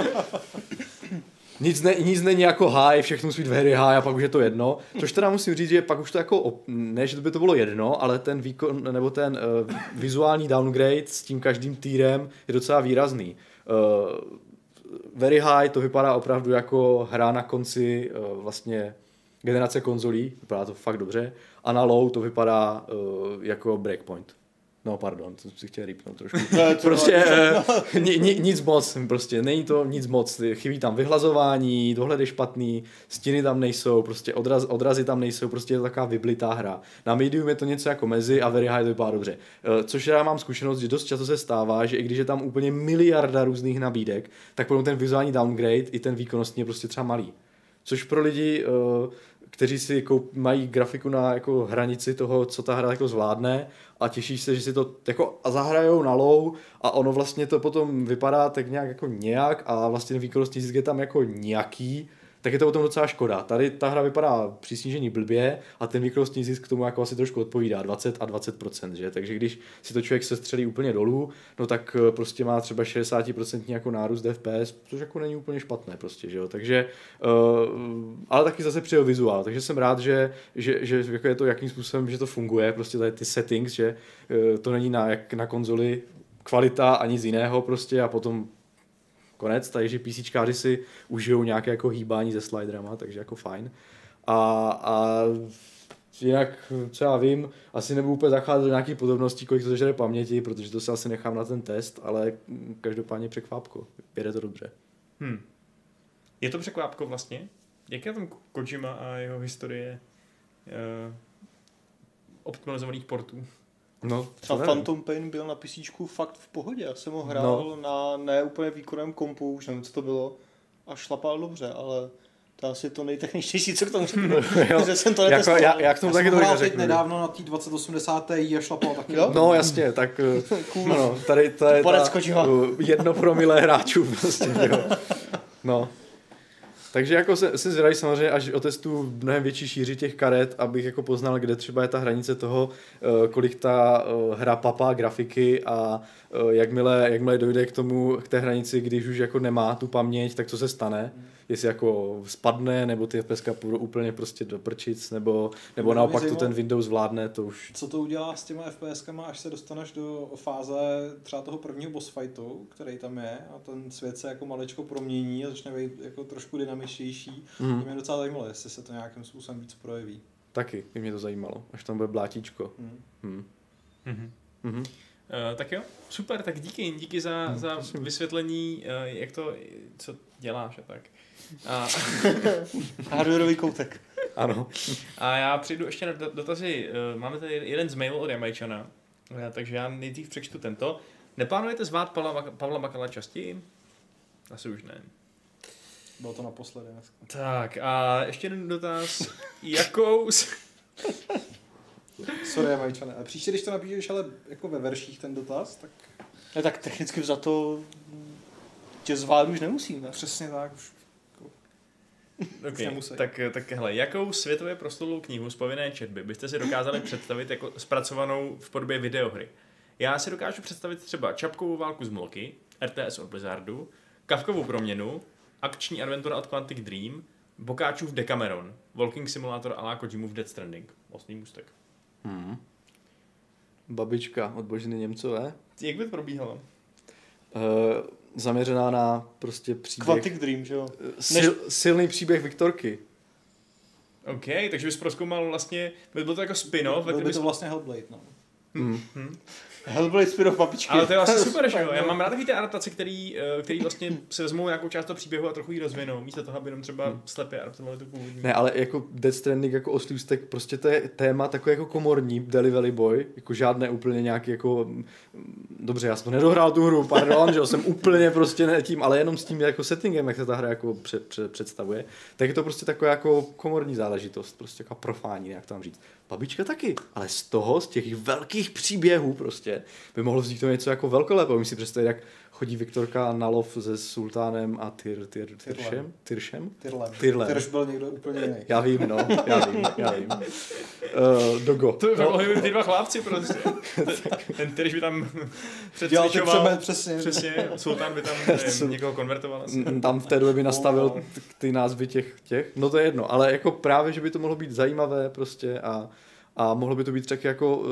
Nic není jako high, všechno musí být very high a pak už je to jedno. Což teda musím říct, že pak už to jako, ne, že by to bylo jedno, ale ten výkon, nebo ten vizuální downgrade s tím každým týrem je docela výrazný. Very high to vypadá opravdu jako hra na konci vlastně generace konzolí, vypadá to fakt dobře. A na low to vypadá jako Breakpoint. No pardon, to jsem si chtěl rýpnout trošku. Prostě nic moc, prostě není to nic moc. Chybí tam vyhlazování, dohled je špatný, stíny tam nejsou, prostě odrazy tam nejsou, prostě je to taková vyblitá hra. Na medium je to něco jako mezi a very high to vypadá dobře. Což já mám zkušenost, že dost často se stává, že i když je tam úplně miliarda různých nabídek, tak potom ten vizuální downgrade i ten výkonnostní je prostě třeba malý. Což pro lidi, kteří si mají grafiku na jako hranici toho, co ta hra jako zvládne a těší se, že si to jako zahrajou na low a ono vlastně to potom vypadá tak nějak jako nějak a vlastně ten výkonnostní zisk je tam jako nějaký, tak je to o tom docela škoda. Tady ta hra vypadá při snížení blbě a ten výkonnostní zisk k tomu jako asi trošku odpovídá, 20 a 20%, že? Takže když si to člověk sestřelí úplně dolů, no tak prostě má třeba 60% jako nárůst FPS, což jako není úplně špatné prostě, že jo? Takže, ale taky zase přijel vizuál, takže jsem rád, že jako je to jakým způsobem, že to funguje, prostě tady ty settings, že to není jak na konzoli kvalita a nic jiného prostě a potom konec, takže PCčkáři si užijou nějaké jako hýbání se sliderama, takže jako fajn. A jinak, co já vím, asi nebudu úplně zacházet do nějakých podobností, kolik to zažere paměti, protože to se asi nechám na ten test, ale každopádně překvápko, jede to dobře. Je to překvápko vlastně? Jak je tam Kojima a jeho historie optimalizovaných portů? No, a Phantom Pain byl na PCčku fakt v pohodě. Já jsem ho hrál na ne úplně výkonném kompu, už nevím, co to bylo, a šlapal dobře, ale to je asi to nejtechničtější, co k tomu řeknu. Že jsem to netestoval. Já k tomu taky to neřeknu. Teď nedávno na té 2080 Ti a šlapal taky. No jasně, tak cool. No, tady to je ta 1 promile hráčů prostě, jo. No. Takže jako se zvědají samozřejmě, až otestuju mnohem větší šíři těch karet, abych jako poznal, kde třeba je ta hranice toho, kolik ta hra papá grafiky a jakmile dojde k té hranici, když už jako nemá tu paměť, tak co se stane? Jestli jako spadne, nebo ty FPSka půjdou úplně prostě do prčic, nebo naopak to ten Windows vládne, to už... Co to udělá s těma FPSkama, až se dostaneš do fáze třeba toho prvního boss fightu, který tam je, a ten svět se jako malečko promění a začne být jako trošku dynamičtější. Mě docela zajímalo, jestli se to nějakým způsobem víc projeví. Taky, by mě to zajímalo, až tam bude blátíčko. Tak jo, super, tak díky za vysvětlení, jak to, co děláš a tak. Hardwareový koutek. Ano. A já přijdu ještě na dotazy. Máme tady jeden z mailů od Jamajčana, takže já nejdřív přečtu tento. Neplánujete zvát Pavla Bakala častěji? Asi už ne. Bylo to naposledy dneska. Tak a ještě jeden dotaz. Jakou... Sorry, Majčane. A příště, když to napíšeš ale jako ve verších ten dotaz, tak... Ne, tak technicky vzato tě zvát už nemusíme. Přesně tak. Už okay. Tak hele, jakou světově proslulou knihu z povinné četby byste si dokázali představit jako zpracovanou v podobě videohry? Já si dokážu představit třeba Čapkovou válku z Mloky, RTS od Blizzardu, Kafkovou proměnu, akční adventura od Quantic Dream, Bokáčův Decameron, Walking Simulator a la Kojimův Death Stranding. Vlastní můstek. Babička od Boženy Němcové. Jak by to probíhalo? Zaměřená na prostě příběh... Quantic Dream, že jo? Silný příběh Viktorky. OK, takže bys prozkoumal vlastně, byl to jako spin-off. Byl by to vlastně Hellblade, no. Hellblade spin-off Babičky. Ale to je vlastně super, že jo? Já mám rád takový ty adaptace, který vlastně se vezmou nějakou část toho příběhu a trochu ji rozvinou, místo toho, aby jenom třeba slepě adaptovali tu původní. Ne, ale jako Death Stranding jako oslůstek, prostě to je téma takový jako komorní, Delivery Boy, jako žádné úplně nějaký jako... Dobře, já jsem to nedohrál tu hru, pardon, že jo, jsem úplně prostě ne tím, ale jenom s tím jako settingem, jak se ta hra jako představuje, tak je to prostě taková jako komorní záležitost, prostě jako profání, jak tam říct. Babička taky, ale z těch velkých příběhů prostě by mohlo vzniknout něco jako velkolepého. Myslím si představit, jak chodí Viktorka na lov se sultánem a Tyršem? Tyrlem. Tyrš byl někdo úplně jiný. Já vím. Dogo. To by mohli být ty dva chlápci prostě. Ten Tyrš by tam předsvičoval. Přesně. Sultán by tam někoho konvertoval. Tam v té době by nastavil ty názvy těch. No to je jedno, ale jako právě, že by to mohlo být zajímavé prostě a mohlo by to být tak jako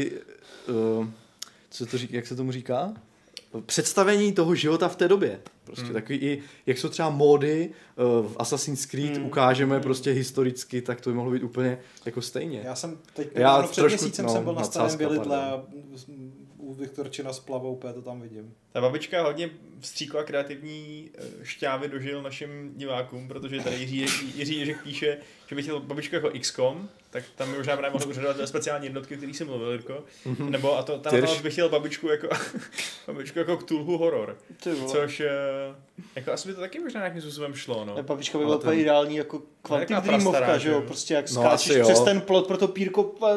jak se tomu říká? Představení toho života v té době. Prostě takový i, jak jsou třeba módy v Assassin's Creed ukážeme prostě historicky, tak to by mohlo být úplně jako stejně. Já jsem teď před měsícem jsem byl na starém Bělidle a u Viktorčina s plavou, to tam vidím. Ta babička hodně vstříkla kreativní šťávy dožil našim divákům, protože tady Jiří Ježek píše, že by chtěl babičku jako XCOM, tak tam možná právě mohl pořadovat speciální jednotky, o kterých jsem mluvil, Jirko. Nebo a to tam bych chtěl babičku jako Cthulhu horor. Což jako asi by to taky možná nějakým způsobem šlo, no. Babička by byla úplně ideální jako Quantic Dreamovka, že jo? Prostě jak skáčeš přes ten plot pro to pírko,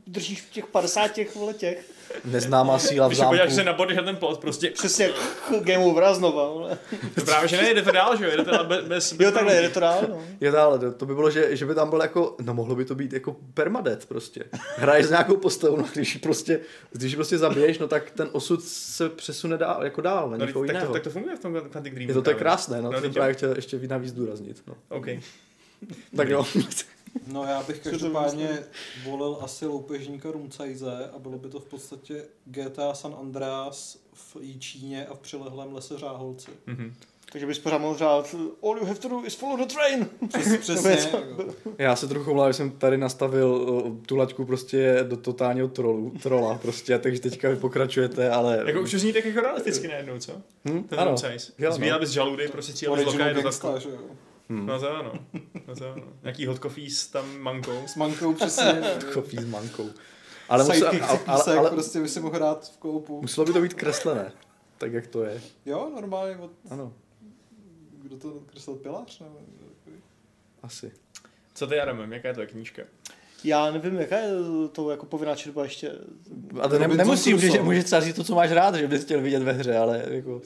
držíš v těch 50 těch. Neznámá síla v Když se podíváš zámku. se na body, že ten plot prostě... Přesně game over a znova. Vole. To právě, že ne, jde to dál, že jo? Jde to dál bez Jo, takhle jde to dál, no. Je dále, to by bylo, že by tam byl jako, no mohlo by to být jako permadeath prostě. Hraješ s nějakou postavou, no když ji prostě zabiješ, no tak ten osud se přesune dál, jako dál, na No, někoho tak, jiného. tak to funguje v tom Quantic Dreamu. Je to krásné, no, to teď jsem právě chtěl ještě navíc zdůraznit. No. OK. Tak jo. No já bych každopádně volil asi loupežníka Rumcajze a bylo by to v podstatě GTA San Andreas v Číně a v přilehlém lese Řáholci. Mhm. Takže bys pořád mohl řád all you have to do is follow the train. Přesně. Jako. Já se trochu mluvím, že jsem tady nastavil tu laťku prostě do totálního trola prostě, takže teďka vy pokračujete, ale... Jako už to zní tak jako realisticky najednou, co? Ten ano. size. Jo, no. Zbíral bys žaludy, prostě cíl bys Original lokaje do gangsta, zadku. že jo. No to ano. Nějaký hot coffee s tam mankou. S mankou přesně. Chopí s mankou. Ale, Sidekick písek, ale prostě by si mohl hrát v koupu. muselo by to být kreslené, tak jak to je. Jo, normálně od... Ano, Kdo to kreslil, Pilář? Nebo... asi. Co ty, Adamem, jaká je to knížka? Já nevím, jaká je to jako povinná četba ještě. A to Robinson nemusí, Crusoe. můžeš třeba říct to, co máš rád, že bys chtěl vidět ve hře, ale jako...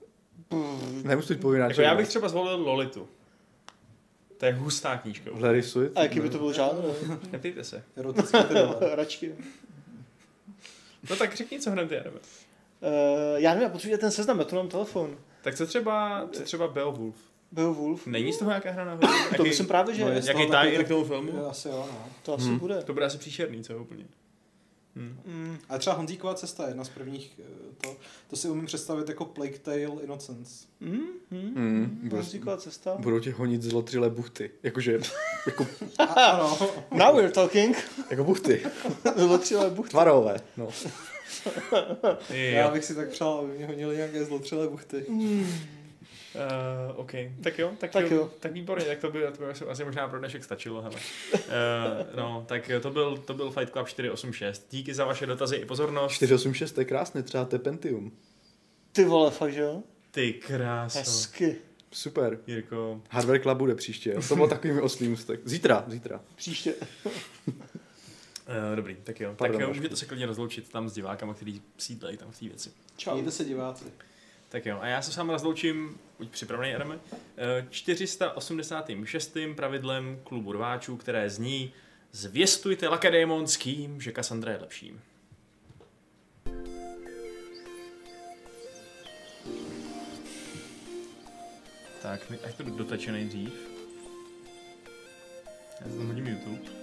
Nemusí být povinná Jako já bych třeba zvolil Lolitu. To je hustá knížka. Larry Sweet? A jaký by to byl žánr? Neptejte se. Erotický thriller. Račky. No tak řekni, co hned ty, Adame. Já nevím, já potřebuji ten seznam, já tu mám telefon. Tak co třeba Beowulf? Beowulf. Není z toho nějaká hra nahoru? To myslím právě, že No, je. je- Jaký tie-in k tomu filmu? Jo, asi jo, no. To asi bude. To bude asi příšerný, co úplně. A třeba Honzíková cesta je jedna z prvních, to si umím představit jako Plague Tale Innocence. Říká cesta. Budou tě honit zlotřilé buchty. Jakože, jako, Ano. Now we're talking. jako buchty. Zlotřilé buchty. Tvarové, no. Já bych si tak přál, aby mě honili nějaké zlotřilé buchty. OK, tak jo, tak výborně, tak to by asi možná pro dnešek stačilo, hele. No, tak to byl Fight Club 486. Díky za vaše dotazy i pozornost. 486, to je krásné, třeba to je Pentium. Ty vole, fakt, že jo? Ty kráso. Hezky. Super. Jirko. Hardware Club bude příště. To bylo takovými oslý můstek. Zítra. Příště. Dobrý, tak jo. Pardon, tak Vašku. můžete se klidně rozloučit tam s divákama, který sídlejí tam v té věci. Čau. Mějte se diváci. Tak jo, a já se s vámi rozloučím, buď připravený, Adame, 486. pravidlem klubu rváčů, které zní: zvěstujte Lakedémonským, že Kassandra je lepší. Tak, ať to doteče nejdřív. Já tam hodím YouTube.